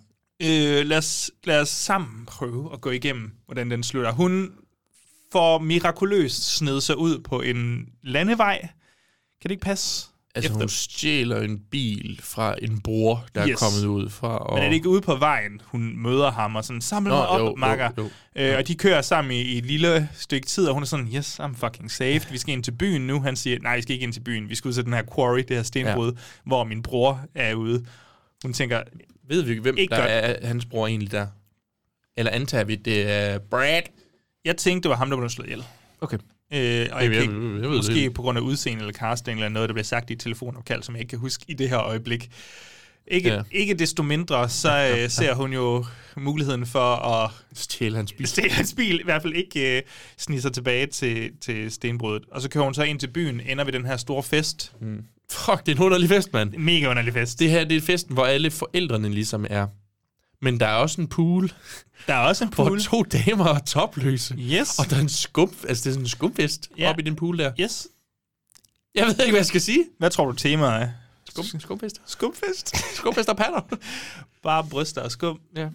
Lad os sammen prøve at gå igennem, hvordan den slutter. Hun får mirakuløst snedet sig ud på en landevej. Kan det ikke passe? Altså, hun stjæler en bil fra en bror, der er kommet ud fra. Og... Men er det ikke ude på vejen, hun møder ham og sådan, samler mig op, makker. Og de kører sammen i et lille stykke tid, og hun er sådan, yes, I'm fucking saved. Vi skal ind til byen nu. Han siger, nej, vi skal ikke ind til byen. Vi skal ud til den her quarry, det her stenbrud, hvor min bror er ude. Hun tænker... Ved vi hvem der er hans bror egentlig der? Eller antager vi, det er Brad? Jeg tænkte, det var ham, der blev slået ihjel. Okay. Og jeg ved måske det. På grund af udseende eller casting eller noget, der bliver sagt i et telefonopkald, som jeg ikke kan huske i det her øjeblik. Ikke desto mindre, så ser hun jo muligheden for at stjæle hans bil. I hvert fald ikke snige sig tilbage til stenbruddet. Og så kører hun så ind til byen, ender ved den her store fest. Fuck, det er en underlig fest, mand. Mega underlig fest. Det her, det er festen, hvor alle forældrene ligesom er. Men der er også en pool. Der er også en pool. Hvor 2 damer er topløse. Yes. Og der er en det er sådan en skumfest op i den pool der. Yes. Jeg ved ikke, hvad jeg skal sige. Hvad tror du temaet er? Skumfest. Skumfest og patter. Bare bryster og skum. Ja.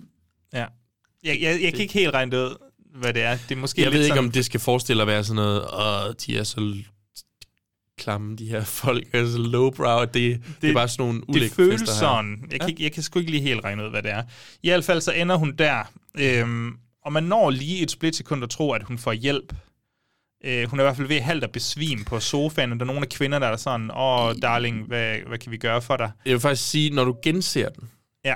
Jeg kan ikke helt regne det ud, hvad det er. Det er måske jeg lidt ved ikke, sådan... om det skal forestille at være sådan noget, de er så klamme, de her folk, altså lowbrow, det er bare sådan nogle ulækre fester her. Det føles sådan. Jeg kan sgu ikke lige helt regne ud, hvad det er. I hvert fald så ender hun der, og man når lige et splitsekund at tro, at hun får hjælp. Hun er i hvert fald ved halvt at besvime på sofaen, og der er nogle af kvinder, der er sådan, darling, hvad kan vi gøre for dig? Jeg vil faktisk sige, når du genser den,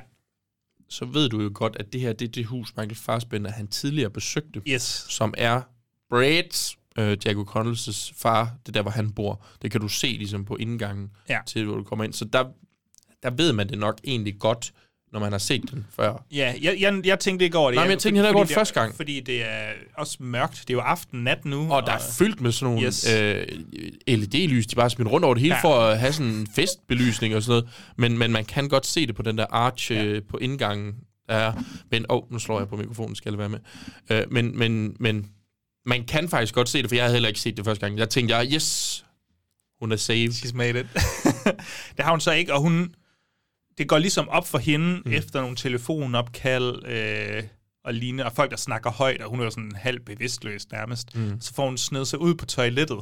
så ved du jo godt, at det her, det er det hus, Michael Fassbender, han tidligere besøgte, yes. Som er Brads, Jack O'Connells far, det der, hvor han bor. Det kan du se ligesom på indgangen til, hvor du kommer ind. Så der ved man det nok egentlig godt, når man har set den før. Ja, jeg tænkte ikke over det. Nej, men jeg tænkte heller ikke over det første gang. Fordi det er også mørkt. Det er jo aften-nat nu. Og der er fyldt med sådan nogle LED-lys, de bare smidt rundt over det hele for at have sådan en festbelysning og sådan noget. Men man kan godt se det på den der arch på indgangen. Men nu slår jeg på mikrofonen, skal jeg være med. Men man kan faktisk godt se det, for jeg havde heller ikke set det første gang. Jeg tænkte, yes, hun er saved. She's made it. Det har hun så ikke, og det går ligesom op for hende efter nogle telefonopkald og lignende, og folk, der snakker højt, og hun er jo sådan halvt bevidstløs nærmest. Så får hun snedet sig ud på toilettet,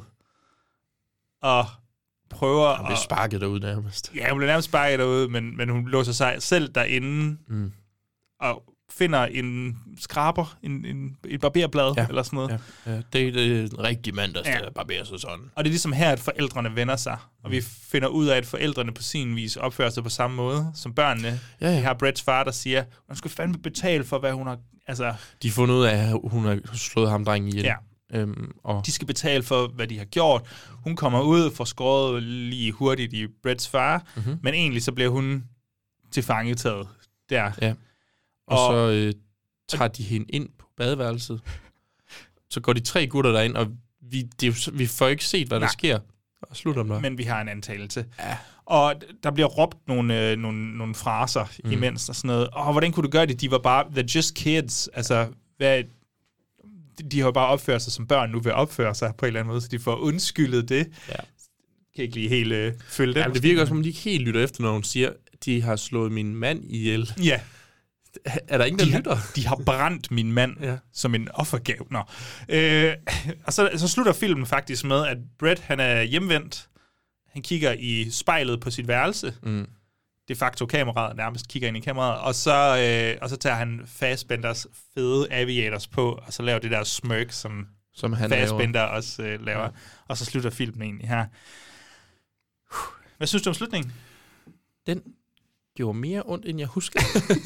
og prøver hun bliver sparket derude nærmest. Ja, hun bliver nærmest sparket derude, men hun låser sig selv derinde, og finder en skraber, et barberblad eller sådan noget. Ja. Det er en rigtig mand, der skal barbere sig sådan. Og det er ligesom her, at forældrene vender sig, og vi finder ud af, at forældrene på sin vis opfører sig på samme måde som børnene. Vi har Brads far, der siger, hun skal fandme betale for, hvad hun har... Altså, de har fundet ud af, at hun har slået ham drengen ihjel. Ja. Og de skal betale for, hvad de har gjort. Hun kommer ud for skåret lige hurtigt i Brads far, men egentlig så bliver hun til fangetaget der. Ja. Og så tager de hende ind på badeværelset. Så går de 3 gutter derind, og vi får ikke set, hvad der sker. Og slutter der. Men vi har en antagelse. Ja. Og der bliver råbt nogle fraser imens og sådan noget. Hvordan kunne du gøre det? De var bare, they're just kids. Altså, de har jo bare opført sig som børn, nu vil opføre sig på en eller anden måde, så de får undskyldet det. Ja. Kan ikke lige helt følge det. Ja, det virker også, som om de ikke helt lytter efter, når hun siger, de har slået min mand ihjel. Ja. Er der ingen, der lytter? De har brændt min mand som en offergave. Og så slutter filmen faktisk med, at Brad, han er hjemvendt. Han kigger i spejlet på sit værelse. De facto kameraet nærmest kigger ind i kameraet. Og så tager han Fassbenders fede aviators på, og så laver det der smirk, som han Fassbender også laver. Ja. Og så slutter filmen egentlig her. Hvad synes du om slutningen? Den gjorde mere ondt, end jeg husker.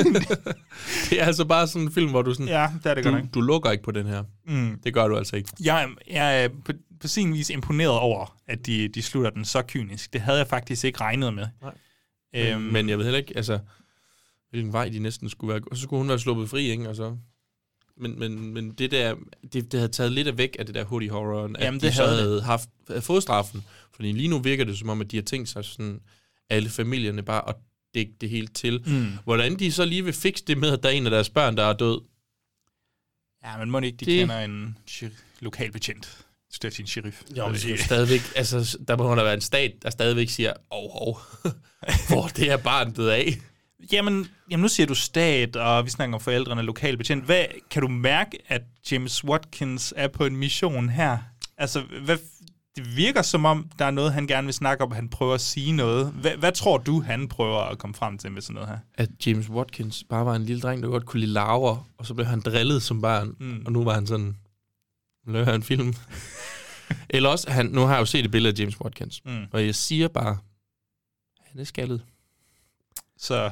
Det er altså bare sådan en film, hvor du sådan... Ja, det er det godt nok. Du lukker ikke på den her. Det gør du altså ikke. Jeg er på sin vis imponeret over, at de slutter den så kynisk. Det havde jeg faktisk ikke regnet med. Nej. Men jeg ved heller ikke, altså, hvilken vej de næsten skulle være... Og så skulle hun være sluppet fri, ikke? Og så... Men det der... Det havde taget lidt af væk af det der hoodie horror, at de så havde fået straffen. Fordi lige nu virker det som om, at de har tænkt sig sådan... Alle familierne bare at dække det helt til. Hvordan de så lige vil fikse det med, at der er en af deres børn, der er død. Ja, men må ikke, de kender en lokalbetjent Det er sin sheriff. Jo, men det er stadigvæk, altså, der må der være en stat, der stadigvæk siger, hvor det er barn blevet af. Jamen, nu siger du stat, og vi snakker om forældrene og lokal betjent. Hvad, kan du mærke, at James Watkins er på en mission her? Altså, det virker som om, der er noget, han gerne vil snakke om, han prøver at sige noget. Hvad tror du, han prøver at komme frem til med sådan noget her? At James Watkins bare var en lille dreng, der godt kunne lide larver, og så blev han drillet som barn, og nu var han sådan, laver en film. Eller også, nu har jeg jo set et billede af James Watkins, og jeg siger bare, han er skaldet. Så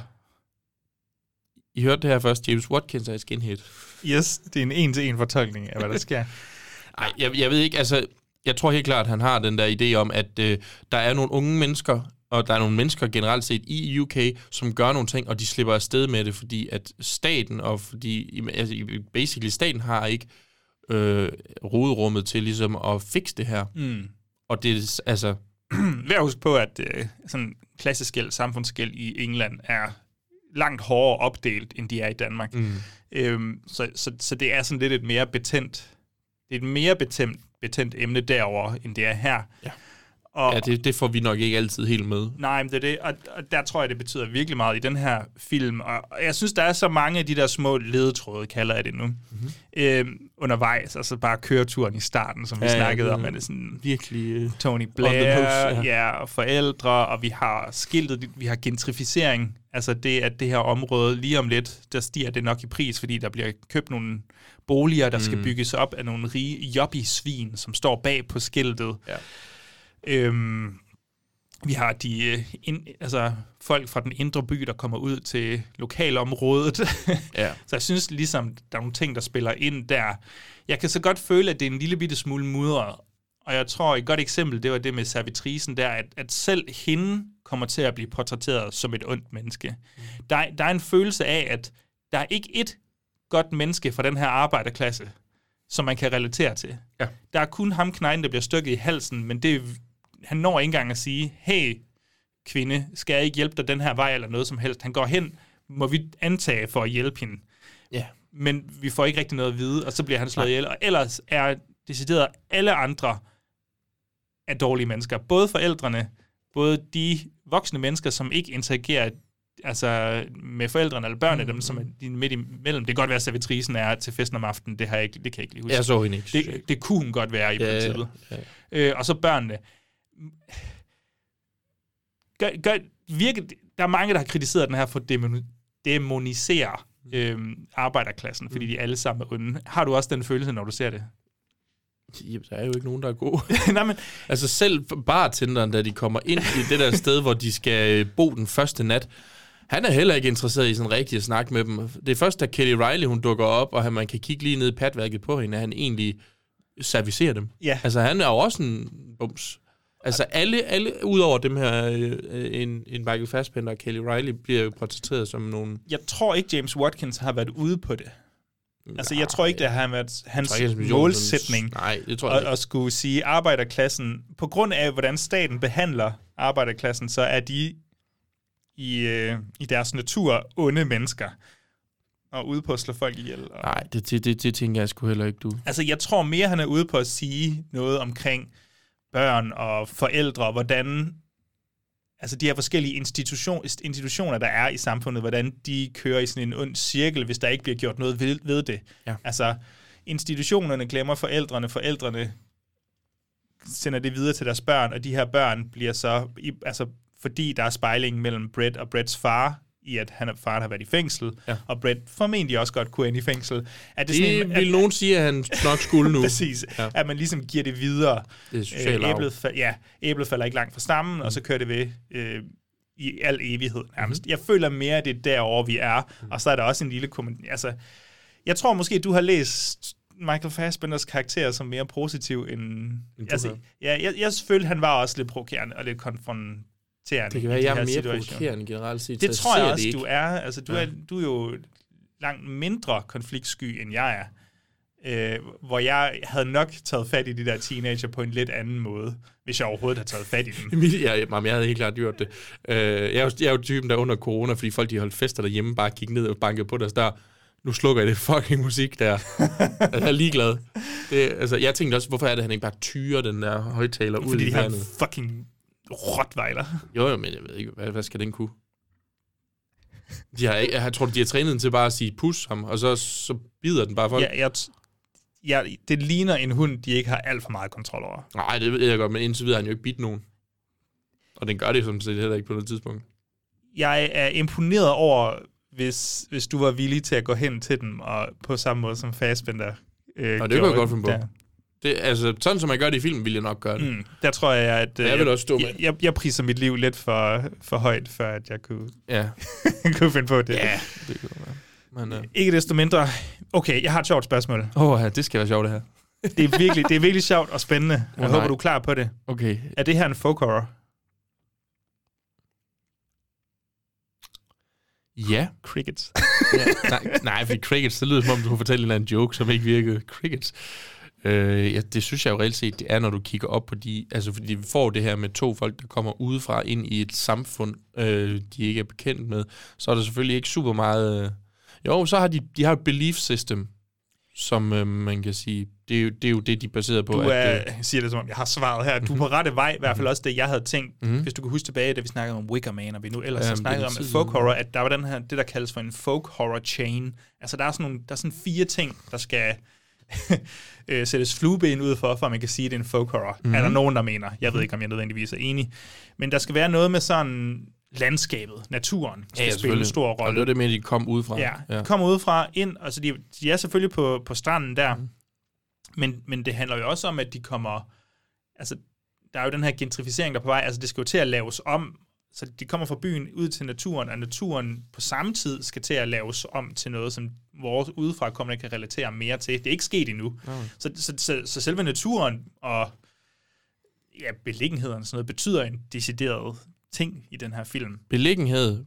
I hørte det her først, James Watkins er et skinhead. Yes, det er en en-til-en fortolkning af, hvad der sker. Nej, jeg ved ikke, altså, jeg tror helt klart, at han har den der idé om, at der er nogle unge mennesker, og der er nogle mennesker generelt set i UK, som gør nogle ting, og de slipper afsted med det, fordi at staten, og fordi, altså, basically staten har ikke roderummet til ligesom at fikse det her. Og det er, altså... Vær at huske på, at sådan klasseskæld, samfundsskæld i England er langt hårdere opdelt, end de er i Danmark. Så det er sådan lidt et mere betændt... Det er et mere betændt emne derover end det er her. Ja. Og det får vi nok ikke altid helt med. Nej, men det er det, og der tror jeg, det betyder virkelig meget i den her film. Og jeg synes, der er så mange af de der små ledetråde, kalder jeg det nu, undervejs. Altså bare køreturen i starten, som vi snakkede om. Er det sådan virkelig Tony Blair, og forældre, og vi har skiltet, vi har gentrificering. Altså det, at det her område lige om lidt, der stiger det nok i pris, fordi der bliver købt nogle boliger, der skal bygges op af nogle rige jobbie-svin, som står bag på skiltet. Ja. Vi har altså folk fra den indre by, der kommer ud til lokalområdet. Ja. Så jeg synes ligesom, der er nogle ting, der spiller ind der. Jeg kan så godt føle, at det er en lille bitte smule mudret. Og jeg tror, et godt eksempel, det var det med servitricen der, at selv hende kommer til at blive portrætteret som et ondt menneske. Der er en følelse af, at der er ikke et godt menneske fra den her arbejderklasse, som man kan relatere til. Ja. Der er kun ham knejden, der bliver stykket i halsen, men han når ikke engang at sige, hey, kvinde, skal jeg ikke hjælpe dig den her vej eller noget som helst? Han går hen, må vi antage for at hjælpe hende. Ja. Men vi får ikke rigtig noget at vide, og så bliver han slået ihjel. Og ellers er decideret alle andre af dårlige mennesker. Både forældrene, både de voksne mennesker, som ikke interagerer altså med forældrene eller børnene, dem som er midt imellem. Det kan godt være, at servitricen er til festen om aftenen. Det kan jeg ikke lige huske. Jeg så hende ikke. Det kunne hun godt være i princippet. Ja. Og så børnene. Der er mange, der har kritiseret den her for at demonisere arbejderklassen, fordi de alle sammen er onde. Har du også den følelse, når du ser det? Jamen, der er jo ikke nogen, der er gode. Nej, men altså selv bartenderen, da de kommer ind i det der sted, hvor de skal bo den første nat, han er heller ikke interesseret i sådan rigtig at snakke med dem. Det er først, da Kelly Reilly, hun dukker op, og man kan kigge lige ned i patværket på hende, at han egentlig servicerer dem. Ja. Altså, han er jo også en bums. Altså, alle udover dem her, en Michael Fassbender og Kelly Reilly, bliver jo portrætteret som nogen... Jeg tror ikke, James Watkins har været ude på det. Altså, jeg tror ikke, det har været hans målsætning. Nej, det tror jeg ikke. At skulle sige, arbejderklassen, på grund af, hvordan staten behandler arbejderklassen, så er de i deres natur onde mennesker. Og ude på at slå folk ihjel. Nej, det tænker jeg sgu heller ikke, du. Altså, jeg tror mere, han er ude på at sige noget omkring børn og forældre, og hvordan altså de her forskellige institutioner, der er i samfundet, hvordan de kører i sådan en ond cirkel, hvis der ikke bliver gjort noget ved det. Ja. Altså, institutionerne glemmer forældrene sender det videre til deres børn, og de her børn bliver så, altså fordi der er spejling mellem Brett og Bretts far, i at faren har været i fængsel, og Brett formentlig også godt kunne ende i fængsel. Det vil nogen sige, at han nok skulle nu. Præcis. Ja. At man ligesom giver det videre. Det er socialt æblet falder ikke langt fra stammen, og så kører det ved i al evighed nærmest. Jeg føler mere, at det er derovre, vi er, og så er der også en lille kommentar. Altså, jeg tror måske, du har læst Michael Fassbenders karakter som mere positiv end... Altså, jeg følte, han var også lidt provokerende og lidt konfronterende. Det kan være, jeg er mere provokerende generelt set. Det tror jeg også, du er. Altså, du er jo langt mindre konfliktsky, end jeg er. Hvor jeg havde nok taget fat i de der teenager på en lidt anden måde, hvis jeg overhovedet havde taget fat i dem. Jeg havde helt klart gjort det. Jeg er jo typen, der under corona, fordi folk de holdt fester derhjemme, bare gik ned og bankede på deres dør. nu slukker jeg det fucking musik der. Jeg er ligeglad. Jeg tænkte også, hvorfor er det, han ikke bare tyrer den der højtaler ud fordi i de vandet? har fucking rottweiler. Jo, men jeg ved ikke, hvad skal den kunne? Jeg tror, de har trænet den til bare at sige pus ham, og så bider den bare folk. Ja, det ligner en hund, de ikke har alt for meget kontrol over. Nej, det ved jeg godt, men indtil videre har han jo ikke bidt nogen. Og den gør det som set heller ikke på noget tidspunkt. Jeg er imponeret over, hvis du var villig til at gå hen til den, og på samme måde som Fassbender og det kunne jeg godt finde på. Der. Det, altså, sådan som man gør det i filmen, vil jeg nok gøre det. Der tror jeg, at jeg vil også stå med. Jeg priser mit liv lidt for højt, før at jeg kunne, ja. kunne finde på det. Ja, det kunne være. Men, ikke desto mindre. Okay, jeg har et sjovt spørgsmål. Ja, det skal være sjovt, det her. Det er virkelig sjovt og spændende. Jeg håber, du er klar på det. Okay. Er det her en folk horror? Ja. Crickets. nej, fordi crickets, det lyder som om, du har fortalt en eller anden joke, som ikke virkede. Crickets. Det synes jeg jo reelt set, det er, når du kigger op på de... Altså, fordi vi får det her med 2 folk, der kommer udefra ind i et samfund, de ikke er bekendt med. Så er der selvfølgelig ikke super meget... Jo, så har de har et belief system, som man kan sige... Det er jo det, de er baseret på. Du siger det som om, jeg har svaret her. Du er på rette vej, i hvert fald også det, jeg havde tænkt. Hvis du kan huske tilbage, da vi snakkede om Wicker Man, og vi nu ellers har snakket om folk horror, at der var det, der kaldes for en folk horror chain. Altså, der er sådan 4 ting, der skal sættes flueben ud for man kan sige, at det er en folk horror. Er der nogen, der mener? Jeg ved ikke, om jeg nødvendigvis er enig. Men der skal være noget med sådan landskabet, naturen, skal spille en stor rolle. Og det er det med, at de kommer udefra. Ja, de kommer udefra ind, altså de er selvfølgelig på stranden der, men det handler jo også om, at de kommer... Altså, der er jo den her gentrificering, der er på vej. Altså, det skal jo til at laves om. Så de kommer fra byen ud til naturen, og naturen på samme tid skal til at laves om til noget, som vores udefra kommende kan relatere mere til. Det er ikke sket endnu. Så selve naturen og beliggenheden og sådan noget betyder en decideret ting i den her film. Beliggenhed.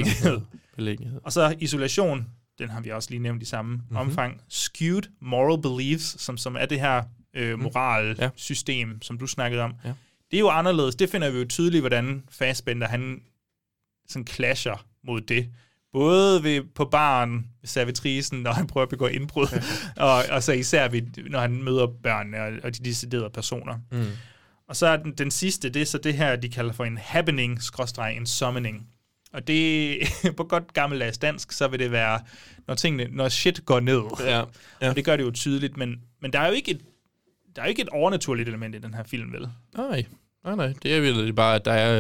Og så isolation, den har vi også lige nævnt i samme omfang. Skewed moral beliefs, som er det her moralsystem, som du snakkede om. Ja. Det er jo anderledes. Det finder vi jo tydeligt, hvordan Fassbender, han sådan clasher mod det. Både på baren, ved servitrisen, når han prøver at begå indbrud, og så især når han møder børnene og de deciderede personer. Og så er den sidste, det er så det her, de kalder for en happening, / en summoning. Og det, på godt gammeldags dansk, så vil det være, når shit går ned. Ja. Og det gør det jo tydeligt, men der er jo ikke et overnaturligt element i den her film, vel? Nej. Det er virkelig bare, at der er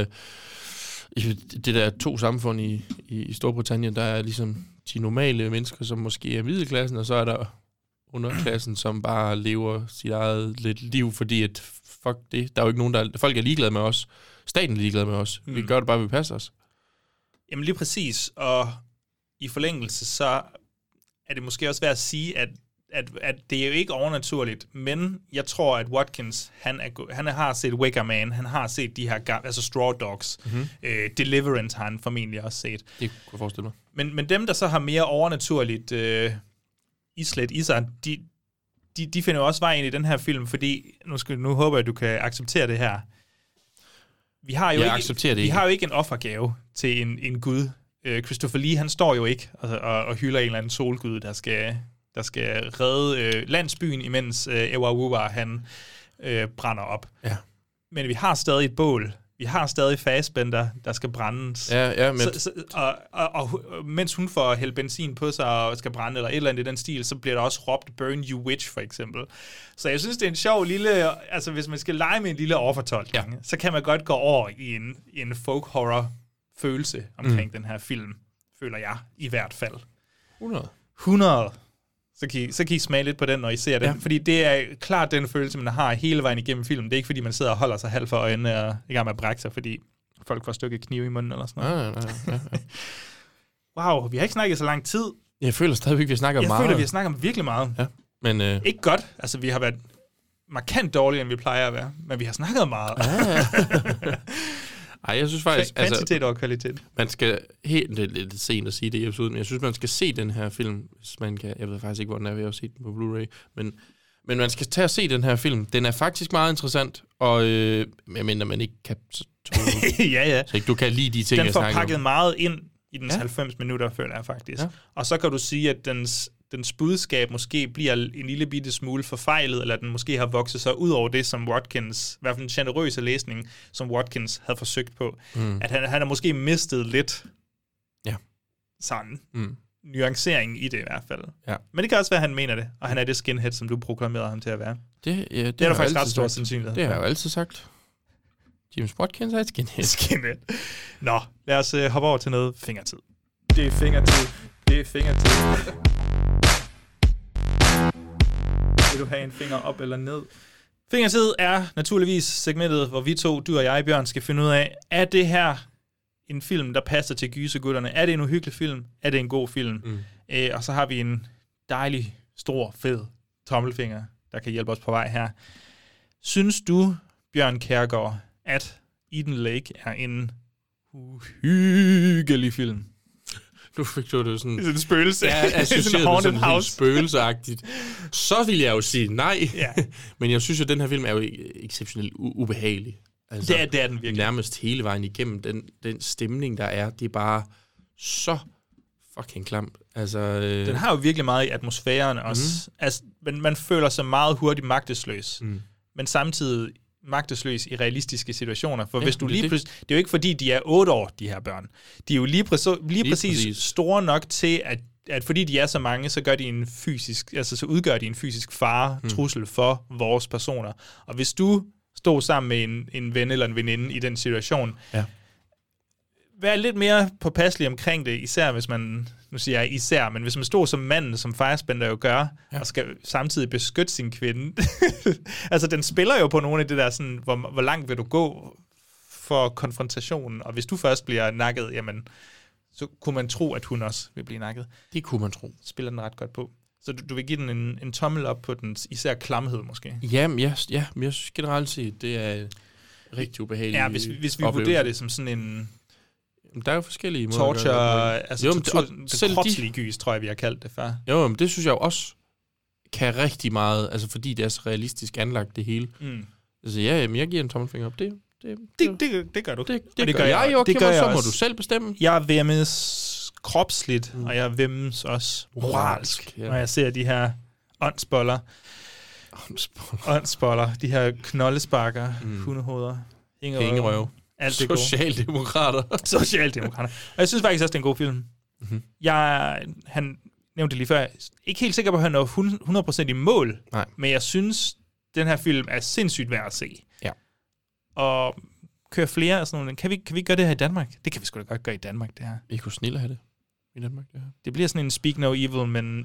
det der 2 samfund i Storbritannien, der er ligesom de normale mennesker, som måske er middelklassen, og så er der underklassen, som bare lever sit eget lidt liv, fordi at fuck det, der er jo ikke nogen, folk er ligeglade med os. Staten er ligeglade med os. Vi gør det bare, vi passer os. Jamen lige præcis, og i forlængelse, så er det måske også værd at sige, at det er jo ikke overnaturligt, men jeg tror, at Watkins, han har set Wicker Man, han har set de her, altså Straw Dogs, Deliverance har han formentlig også set. Det kunne jeg forestille mig. Men dem, der så har mere overnaturligt islet i sig, de finder jo også vej ind i den her film, fordi, nu håber jeg, at du kan acceptere det her. Vi har jo ikke en offergave til en gud. Christopher Lee, han står jo ikke og hylder en eller anden solgud, der skal redde landsbyen, imens Ewa Wuwa, han brænder op. Ja. Men vi har stadig et bål. Vi har stadig Fassbender, der skal brændes. Ja, men... og mens hun får hældt benzin på sig og skal brænde, eller et eller andet i den stil, så bliver der også råbt "Burn you witch", for eksempel. Så jeg synes, det er en sjov lille... Altså, hvis man skal lege med en lille overfortolkning, så kan man godt gå over i en folk-horror-følelse omkring den her film. Føler jeg, i hvert fald. 100. Så kan I smage lidt på den, når I ser den. Fordi det er klart den følelse, man har hele vejen igennem filmen. Det er ikke, fordi man sidder og holder sig halvt for øjnene og er i gang med at brække sig, fordi folk får stykket kniv i munden eller sådan noget. Nej. Wow, vi har ikke snakket så lang tid. Jeg føler stadigvæk, vi snakker meget. Jeg føler, vi har snakket om virkelig meget. Ja. Men, ikke godt. Altså, vi har været markant dårligere, end vi plejer at være. Men vi har snakket meget. Ej, jeg synes faktisk... Kvantitet over kvalitet. Man skal... Det er lidt sent at sige det i episoden, men jeg synes, man skal se den her film, hvis man kan... Jeg ved faktisk ikke, hvor den er ved at se den på Blu-ray, men man skal tage og se den her film. Den er faktisk meget interessant, og medmindre man ikke kan... ja. Så ikke du kan lide de ting, jeg snakker om. Den får pakket meget ind i dens 90 minutter, føler jeg faktisk. Ja. Og så kan du sige, at dens budskab måske bliver en lille bitte smule forfejlet, eller den måske har vokset sig ud over det, som Watkins, i hvert fald den generøse læsning, som Watkins havde forsøgt på. At han har måske mistet lidt sådan nuancering i det i hvert fald. Ja. Men det kan også være, at han mener det, og han er det skinhead, som du proklamerede ham til at være. Det er der faktisk ret stor sandsynlighed. Det har jeg jo altid sagt. James Watkins er et skinhead. Nå, lad os hoppe over til noget fingertid. Det er fingertid. Vil du have en finger op eller ned? Fingertid er naturligvis segmentet, hvor vi to, du og jeg, Bjørn, skal finde ud af, er det her en film, der passer til gysergutterne? Er det en uhyggelig film? Er det en god film? Og så har vi en dejlig, stor, fed tommelfinger, der kan hjælpe os på vej her. Synes du, Bjørn Kjærgaard, at Eden Lake er en uhyggelig film? Nu fik du det sådan... Det er en spøgelse. Ja, associeret det sådan helt spøgelseagtigt. Så vil jeg jo sige nej. Ja. Men jeg synes jo, at den her film er jo exceptionelt ubehagelig. Altså, det er den virkelig. Nærmest hele vejen igennem. Den stemning, der er, det er bare så fucking klamt. Altså, den har jo virkelig meget i atmosfæren også. Altså, man føler sig meget hurtigt magtesløs. Men samtidig magtesløs i realistiske situationer. For hvis du lige pludselig... Det er jo ikke fordi, de er 8 år, de her børn. De er jo lige præcis store nok til, at fordi de er så mange, så gør de en fysisk... Altså, så udgør de en fysisk fare, trussel for vores personer. Og hvis du stod sammen med en ven eller en veninde i den situation, vær lidt mere påpasselig omkring det, især hvis man... Nu siger jeg især, men hvis man stod som manden, som Fassbender jo gør, og skal samtidig beskytte sin kvinde. Altså, den spiller jo på nogle af det der, sådan, hvor langt vil du gå for konfrontationen, og hvis du først bliver nakket, jamen, så kunne man tro, at hun også vil blive nakket. Det kunne man tro. Spiller den ret godt på. Så du vil give den en tommel op på den især klamhed, måske? Jamen, jeg synes generelt set, det er rigtig ubehageligt. Ja, hvis vi vurderer det som sådan en... Der er jo forskellige måder. Torture, altså kropslig gys, tror jeg, vi har kaldt det før. Jo, men det synes jeg jo også kan rigtig meget, altså fordi det er så realistisk anlagt det hele. Altså jeg giver en tommelfinger op. Det gør du. Det gør jeg jo, det gør jeg så også. må du selv bestemme. Jeg vemmes kropsligt, og jeg vemmes også moralsk, når jeg ser de her åndsboller. Åndsboller, de her knoldesparker, hundehoveder, hængerøv. Alt det Socialdemokrater. Og jeg synes faktisk også, det er en god film. Han nævnte det lige før. Ikke helt sikker på, at han er 100% i mål. Nej. Men jeg synes, den her film er sindssygt værd at se. Ja. Og køre flere af sådan nogle. Kan vi gøre det her i Danmark? Det kan vi sgu da godt gøre i Danmark, det her. Vi kunne snille have det i Danmark, det her. Det bliver sådan en speak no evil, men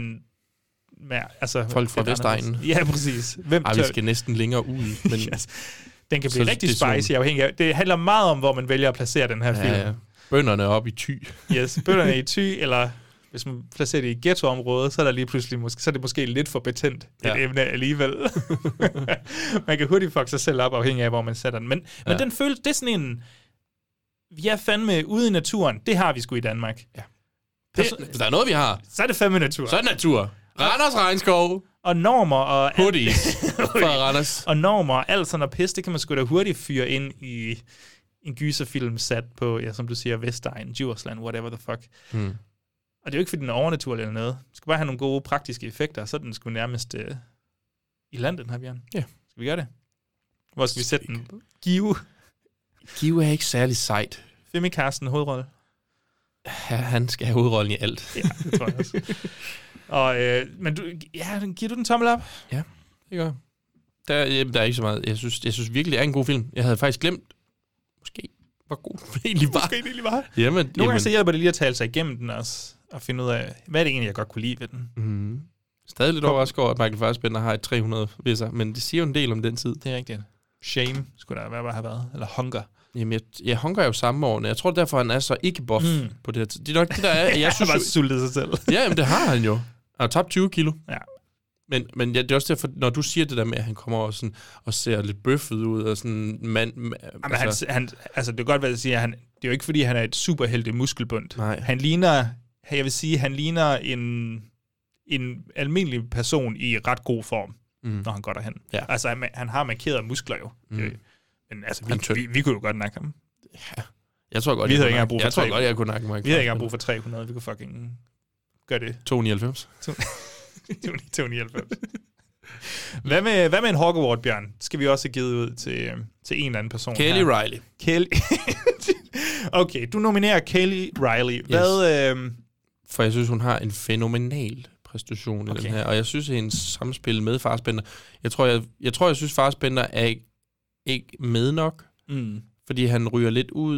altså... Folk fra Vestegnen. Ja, præcis. Vi skal næsten længere ud, men... Den kan blive rigtig spicy afhængig af. Det handler meget om, hvor man vælger at placere den her film. Ja. Bønderne oppe i Thy. Yes, bønderne i Thy, eller hvis man placerer det i ghettoområdet, så er der lige pludselig så er det måske lidt for betændt et emne alligevel. Man kan hurtigt fuck sig selv op, afhængig af, hvor man sætter den. Men den føles, det er sådan en... Vi er fandme ude i naturen. Det har vi sgu i Danmark. Ja. Hvis der er noget, vi har. Så er det fandme natur. Så er det natur. Randers regnskov. Og normer og... Hoodies fra Randers. Og normer og alt sådan noget pis, det kan man sgu da hurtigt fyre ind i en gyserfilm sat på, ja, som du siger, Vestegn, Djursland, whatever the fuck. Og det er jo ikke, fordi den er overnaturlig eller noget. Det skal bare have nogle gode praktiske effekter, så er den sgu nærmest i land, den her, Bjørn. Ja. Skal vi gøre det? Hvor skal vi sætte den? Give. Give er ikke særlig sejt. Femi Carsten, hovedrolle. Ja, han skal have hovedrollen i alt. Ja, det tror jeg også. Og, men giver du den tommel op? Ja, det gør der er ikke så meget. Jeg synes virkelig, det er en god film. Jeg havde faktisk glemt, måske, hvor god den egentlig var. Nogle gange så hjælper det lige at tale sig igennem den også, og finde ud af, hvad er det egentlig, jeg godt kunne lide ved den. Stadig lidt overrasket over, at Michael Fassbender har et 300 visser, men det siger jo en del om den tid. Det er rigtigt. Shame skulle der have været, eller Hunger. Jamen, jeg Hunger jo samme år, jeg tror derfor, han er så ikke buff på det her tid. Det er nok det, der er. Jeg synes, han bare sultet sig selv. Ja, jamen, det har han jo. Han har tabt 20 kilo. Ja. Men det er også derfor, når du siger det der med, at han kommer og ser lidt bøffet ud, og sådan altså, det kan godt være at sige, at det er jo ikke, fordi han er et superhelte muskelbund. Nej. Han ligner en almindelig person i ret god form, når han går derhen. Ja. Altså, han har markeret muskler jo. Men altså, vi kunne jo godt nakke ham. Ja. Jeg tror godt, vi havde ikke engang brug for 300. Jeg kunne nakke Michael. Vi havde ikke engang brug for 300. Vi kunne fucking gøre det. 299. 299. Hvad med en Hogwarts, Bjørn? Skal vi også have givet ud til en eller anden person Kelly her? Riley. Okay, du nominerer Kelly Riley. Hvad... For jeg synes, hun har en fænomenal præstation i den her. Og jeg synes, at hendes samspil med Fassbender... Jeg synes, Fassbender er ikke med nok. Fordi han ryger lidt ud...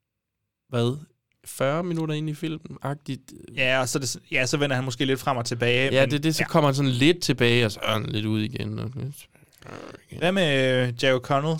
40 minutter ind i filmen-agtigt. Ja, og så vender han måske lidt frem og tilbage. Ja, så kommer han sådan lidt tilbage, og så lidt ud igen. Hvad med Jerry O'Connell,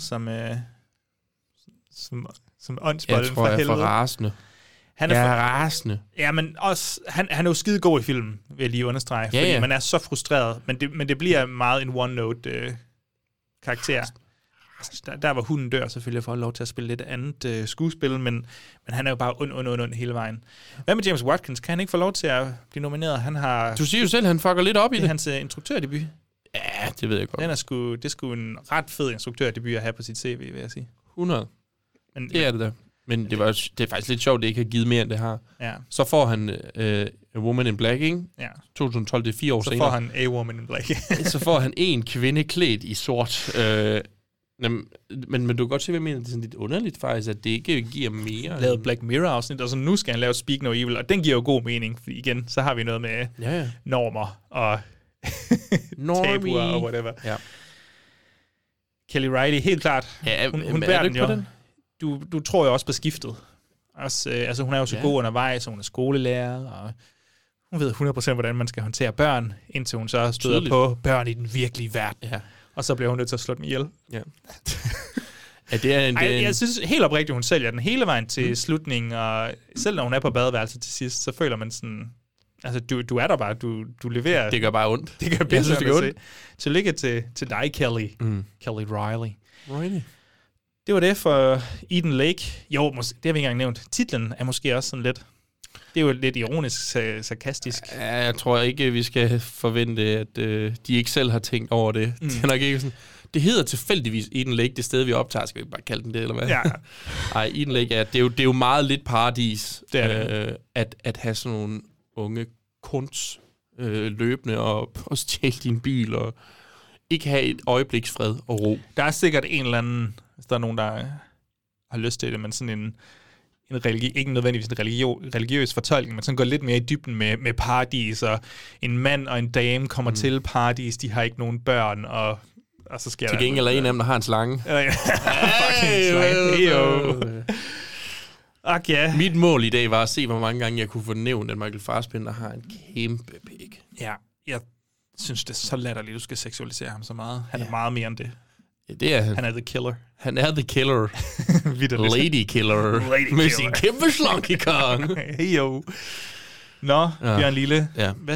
som åndsbolden fra helvede? Jeg tror, jeg er for rasende. Han er rasende. Ja, men også, han er jo skide god i filmen, vil jeg lige understrege. Fordi man er så frustreret. Men det bliver meget en one-note karakter. Der var hunden dør selvfølgelig for at lov til at spille lidt andet skuespil, men han er jo bare ond hele vejen. Hvad med James Watkins? Kan han ikke få lov til at blive nomineret? Han har... Du siger jo selv, han fucker lidt op i det. Det er hans instruktørdebut. Ja, det ved jeg godt. Det er sgu en ret fed instruktørdebut at have på sit CV, vil jeg sige. 100. Det er det da. Men det er faktisk lidt sjovt, at det ikke har givet mere, end det har. Ja. Så får han A Woman in Black, ikke? Ja. 2012, det er 4 år senere. Så får han A Woman in Black. Så får han en kvinde klædt i sort. Men du kan godt se, hvad jeg mener. Det er sådan lidt underligt faktisk, at det ikke giver mere. Lavet Black Mirror-afsnit, og så nu skal han lave Speak No Evil, og den giver jo god mening, fordi igen, så har vi noget med normer og tabuer og whatever. Ja. Kelly Riley, helt klart. Ja, hun bærer den jo. Den? Du tror jo også på skiftet. Altså, hun er jo så god undervejs, og hun er skolelærer, og hun ved 100% hvordan man skal håndtere børn, indtil hun så støder på børn i den virkelige verden. Ja. Og så bliver hun nødt til at slå dem ihjel. Ja. Jeg synes helt oprigtigt, hun sælger den hele vejen til slutningen, og selv når hun er på badeværelset til sidst, så føler man sådan... Altså, du er der bare, du leverer... Det gør bare ondt. Det gør bedre, det gør ondt. Tillykke til dig, Kelly. Kelly Riley. Really? Det var det for Eden Lake. Jo, det har vi ikke engang nævnt. Titlen er måske også sådan lidt... Det er jo lidt ironisk, sarkastisk. Ja, jeg tror ikke, vi skal forvente, at de ikke selv har tænkt over det. Det er nok ikke sådan... Det hedder tilfældigvis Eden Lake, det sted, vi optager. Skal vi bare kalde den det, eller hvad? Ja. Ej, Eden Lake, det er jo meget lidt paradis, at have sådan nogle unge kunst løbende og stjæle din bil, og ikke have et øjebliks fred og ro. Der er sikkert en eller anden, hvis der er nogen, der har lyst til det, men sådan en ikke nødvendigvis en religiøs fortolkning, men sådan går lidt mere i dybden med paradis, og en mand og en dame kommer til paradis, de har ikke nogen børn, og så sker til gengæld er en af dem, der har en slange. Fucking slange. Okay. Mit mål i dag var at se, hvor mange gange jeg kunne få nævnt, at Michael Fassbender har en kæmpe pik. Ja, jeg synes, det er så latterligt, du skal seksualisere ham så meget. Han er meget mere end det. Ja, det er han. Han er the killer. Han er the killer. Lady killer. Med sin kæmpe slankekong. Hey yo. Nå, Bjørn Lille,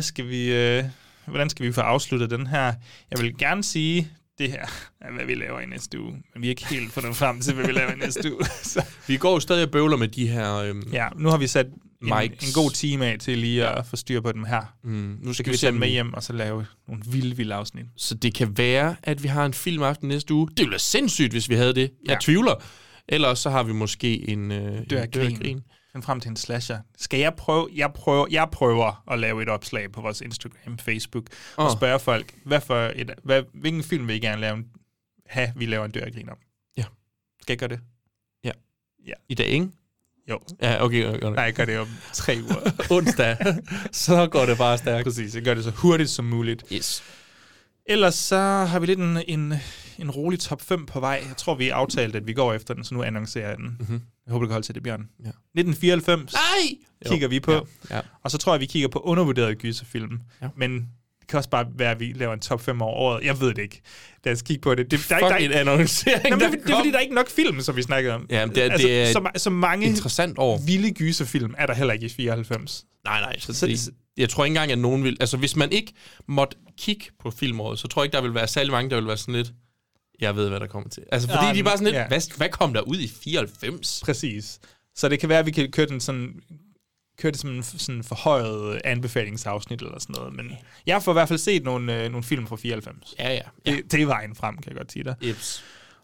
hvordan skal vi få afsluttet den her? Jeg vil gerne sige, det her er, hvad vi laver i næste uge. Men vi er ikke helt fundet frem til, hvad vi laver i næste uge. Så. Vi går jo stadig og bøvler med de her... Ja, nu har vi sat en god time af til lige at få styr på dem her. Nu skal vi tage dem med hjem, og så lave nogle vilde afsnit. Så det kan være, at vi har en filmaften næste uge. Det ville være sindssygt, hvis vi havde det. Jeg tvivler. Ellers så har vi måske en dør af grin. Find frem til en slasher. Skal jeg prøve? Jeg prøver at lave et opslag på vores Instagram, Facebook, og spørge folk, hvilken film vil I gerne vi laver en dør af grin om? Ja. Skal jeg gøre det? Ja. I dag, ikke? Jo. Ja, okay. Nej, jeg gør det om 3 uger. Onsdag. Så går det bare stærkt. Præcis, jeg gør det så hurtigt som muligt. Yes. Ellers så har vi lidt en rolig top 5 på vej. Jeg tror, vi aftalte, at vi går efter den, så nu annoncerer jeg den. Mm-hmm. Jeg håber, du kan holde til det, Bjørn. Ja. 1994 kigger vi på. Ja. Og så tror jeg, vi kigger på undervurderede gyserfilm. Ja. Men det kan også bare være, at vi laver en top 5 over året. Jeg ved det ikke. Lad os kigge på det. Der er ikke en annoncering. Det er fordi, der er ikke nok film, som vi snakkede om. Ja, det er så mange interessant år. Vilde gyserfilm er der heller ikke i 94. Nej. Jeg tror ikke engang, at nogen vil... Altså, hvis man ikke måtte kigge på filmåret, så tror jeg ikke, der vil være særlig mange, der vil være sådan lidt... Jeg ved, hvad der kommer til. Altså, fordi de er bare sådan lidt... Hvad kom der ud i 94? Præcis. Så det kan være, at vi kan køre det som en forhøjet anbefalingsafsnit eller sådan noget. Men jeg får i hvert fald set nogle film fra 94. Ja. Det er vejen frem, kan jeg godt sige dig. Ips.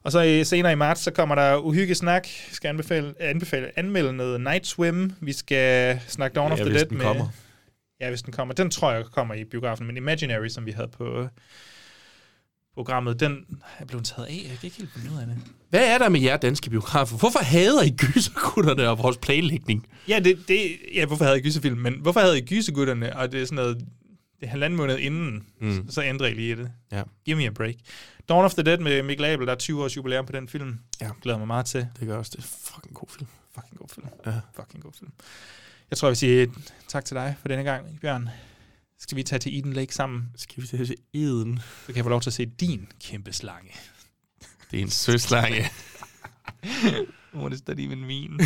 Og så senere i marts, så kommer der Uhyggesnak. Vi skal anmelde noget Night Swim. Vi skal snakke Dawn of the Dead med... Kommer. Ja, hvis den kommer. Den tror jeg kommer i biografen, men Imaginary, som vi havde på programmet, den er blevet taget af. Jeg kan ikke helt finde ud af det. Hvad er der med jer danske biografer? Hvorfor hader I gysergutterne og vores planlægning? Ja, hvorfor havde I gyserfilm? Men hvorfor havde I gysergutterne? Og det er sådan noget... Det er 1,5 måned inden, så ændrer jeg lige det. Ja. Give me a break. Dawn of the Dead med Mikkel Abel, der er 20 års jubilæum på den film. Ja. Glæder mig meget til. Det gør også. Det er fucking god film. Fucking god film. Ja. Fucking god film. Jeg tror, jeg vil sige tak til dig for denne gang, Bjørn. Skal vi tage til Eden Lake sammen? Skal vi tage til Eden? Så kan jeg få lov til at se din kæmpe slange. Det er en søslange. Hvor det står lige med min.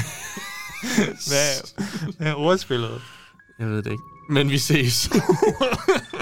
Hvad er ordspillet? Jeg ved det ikke. Men vi ses.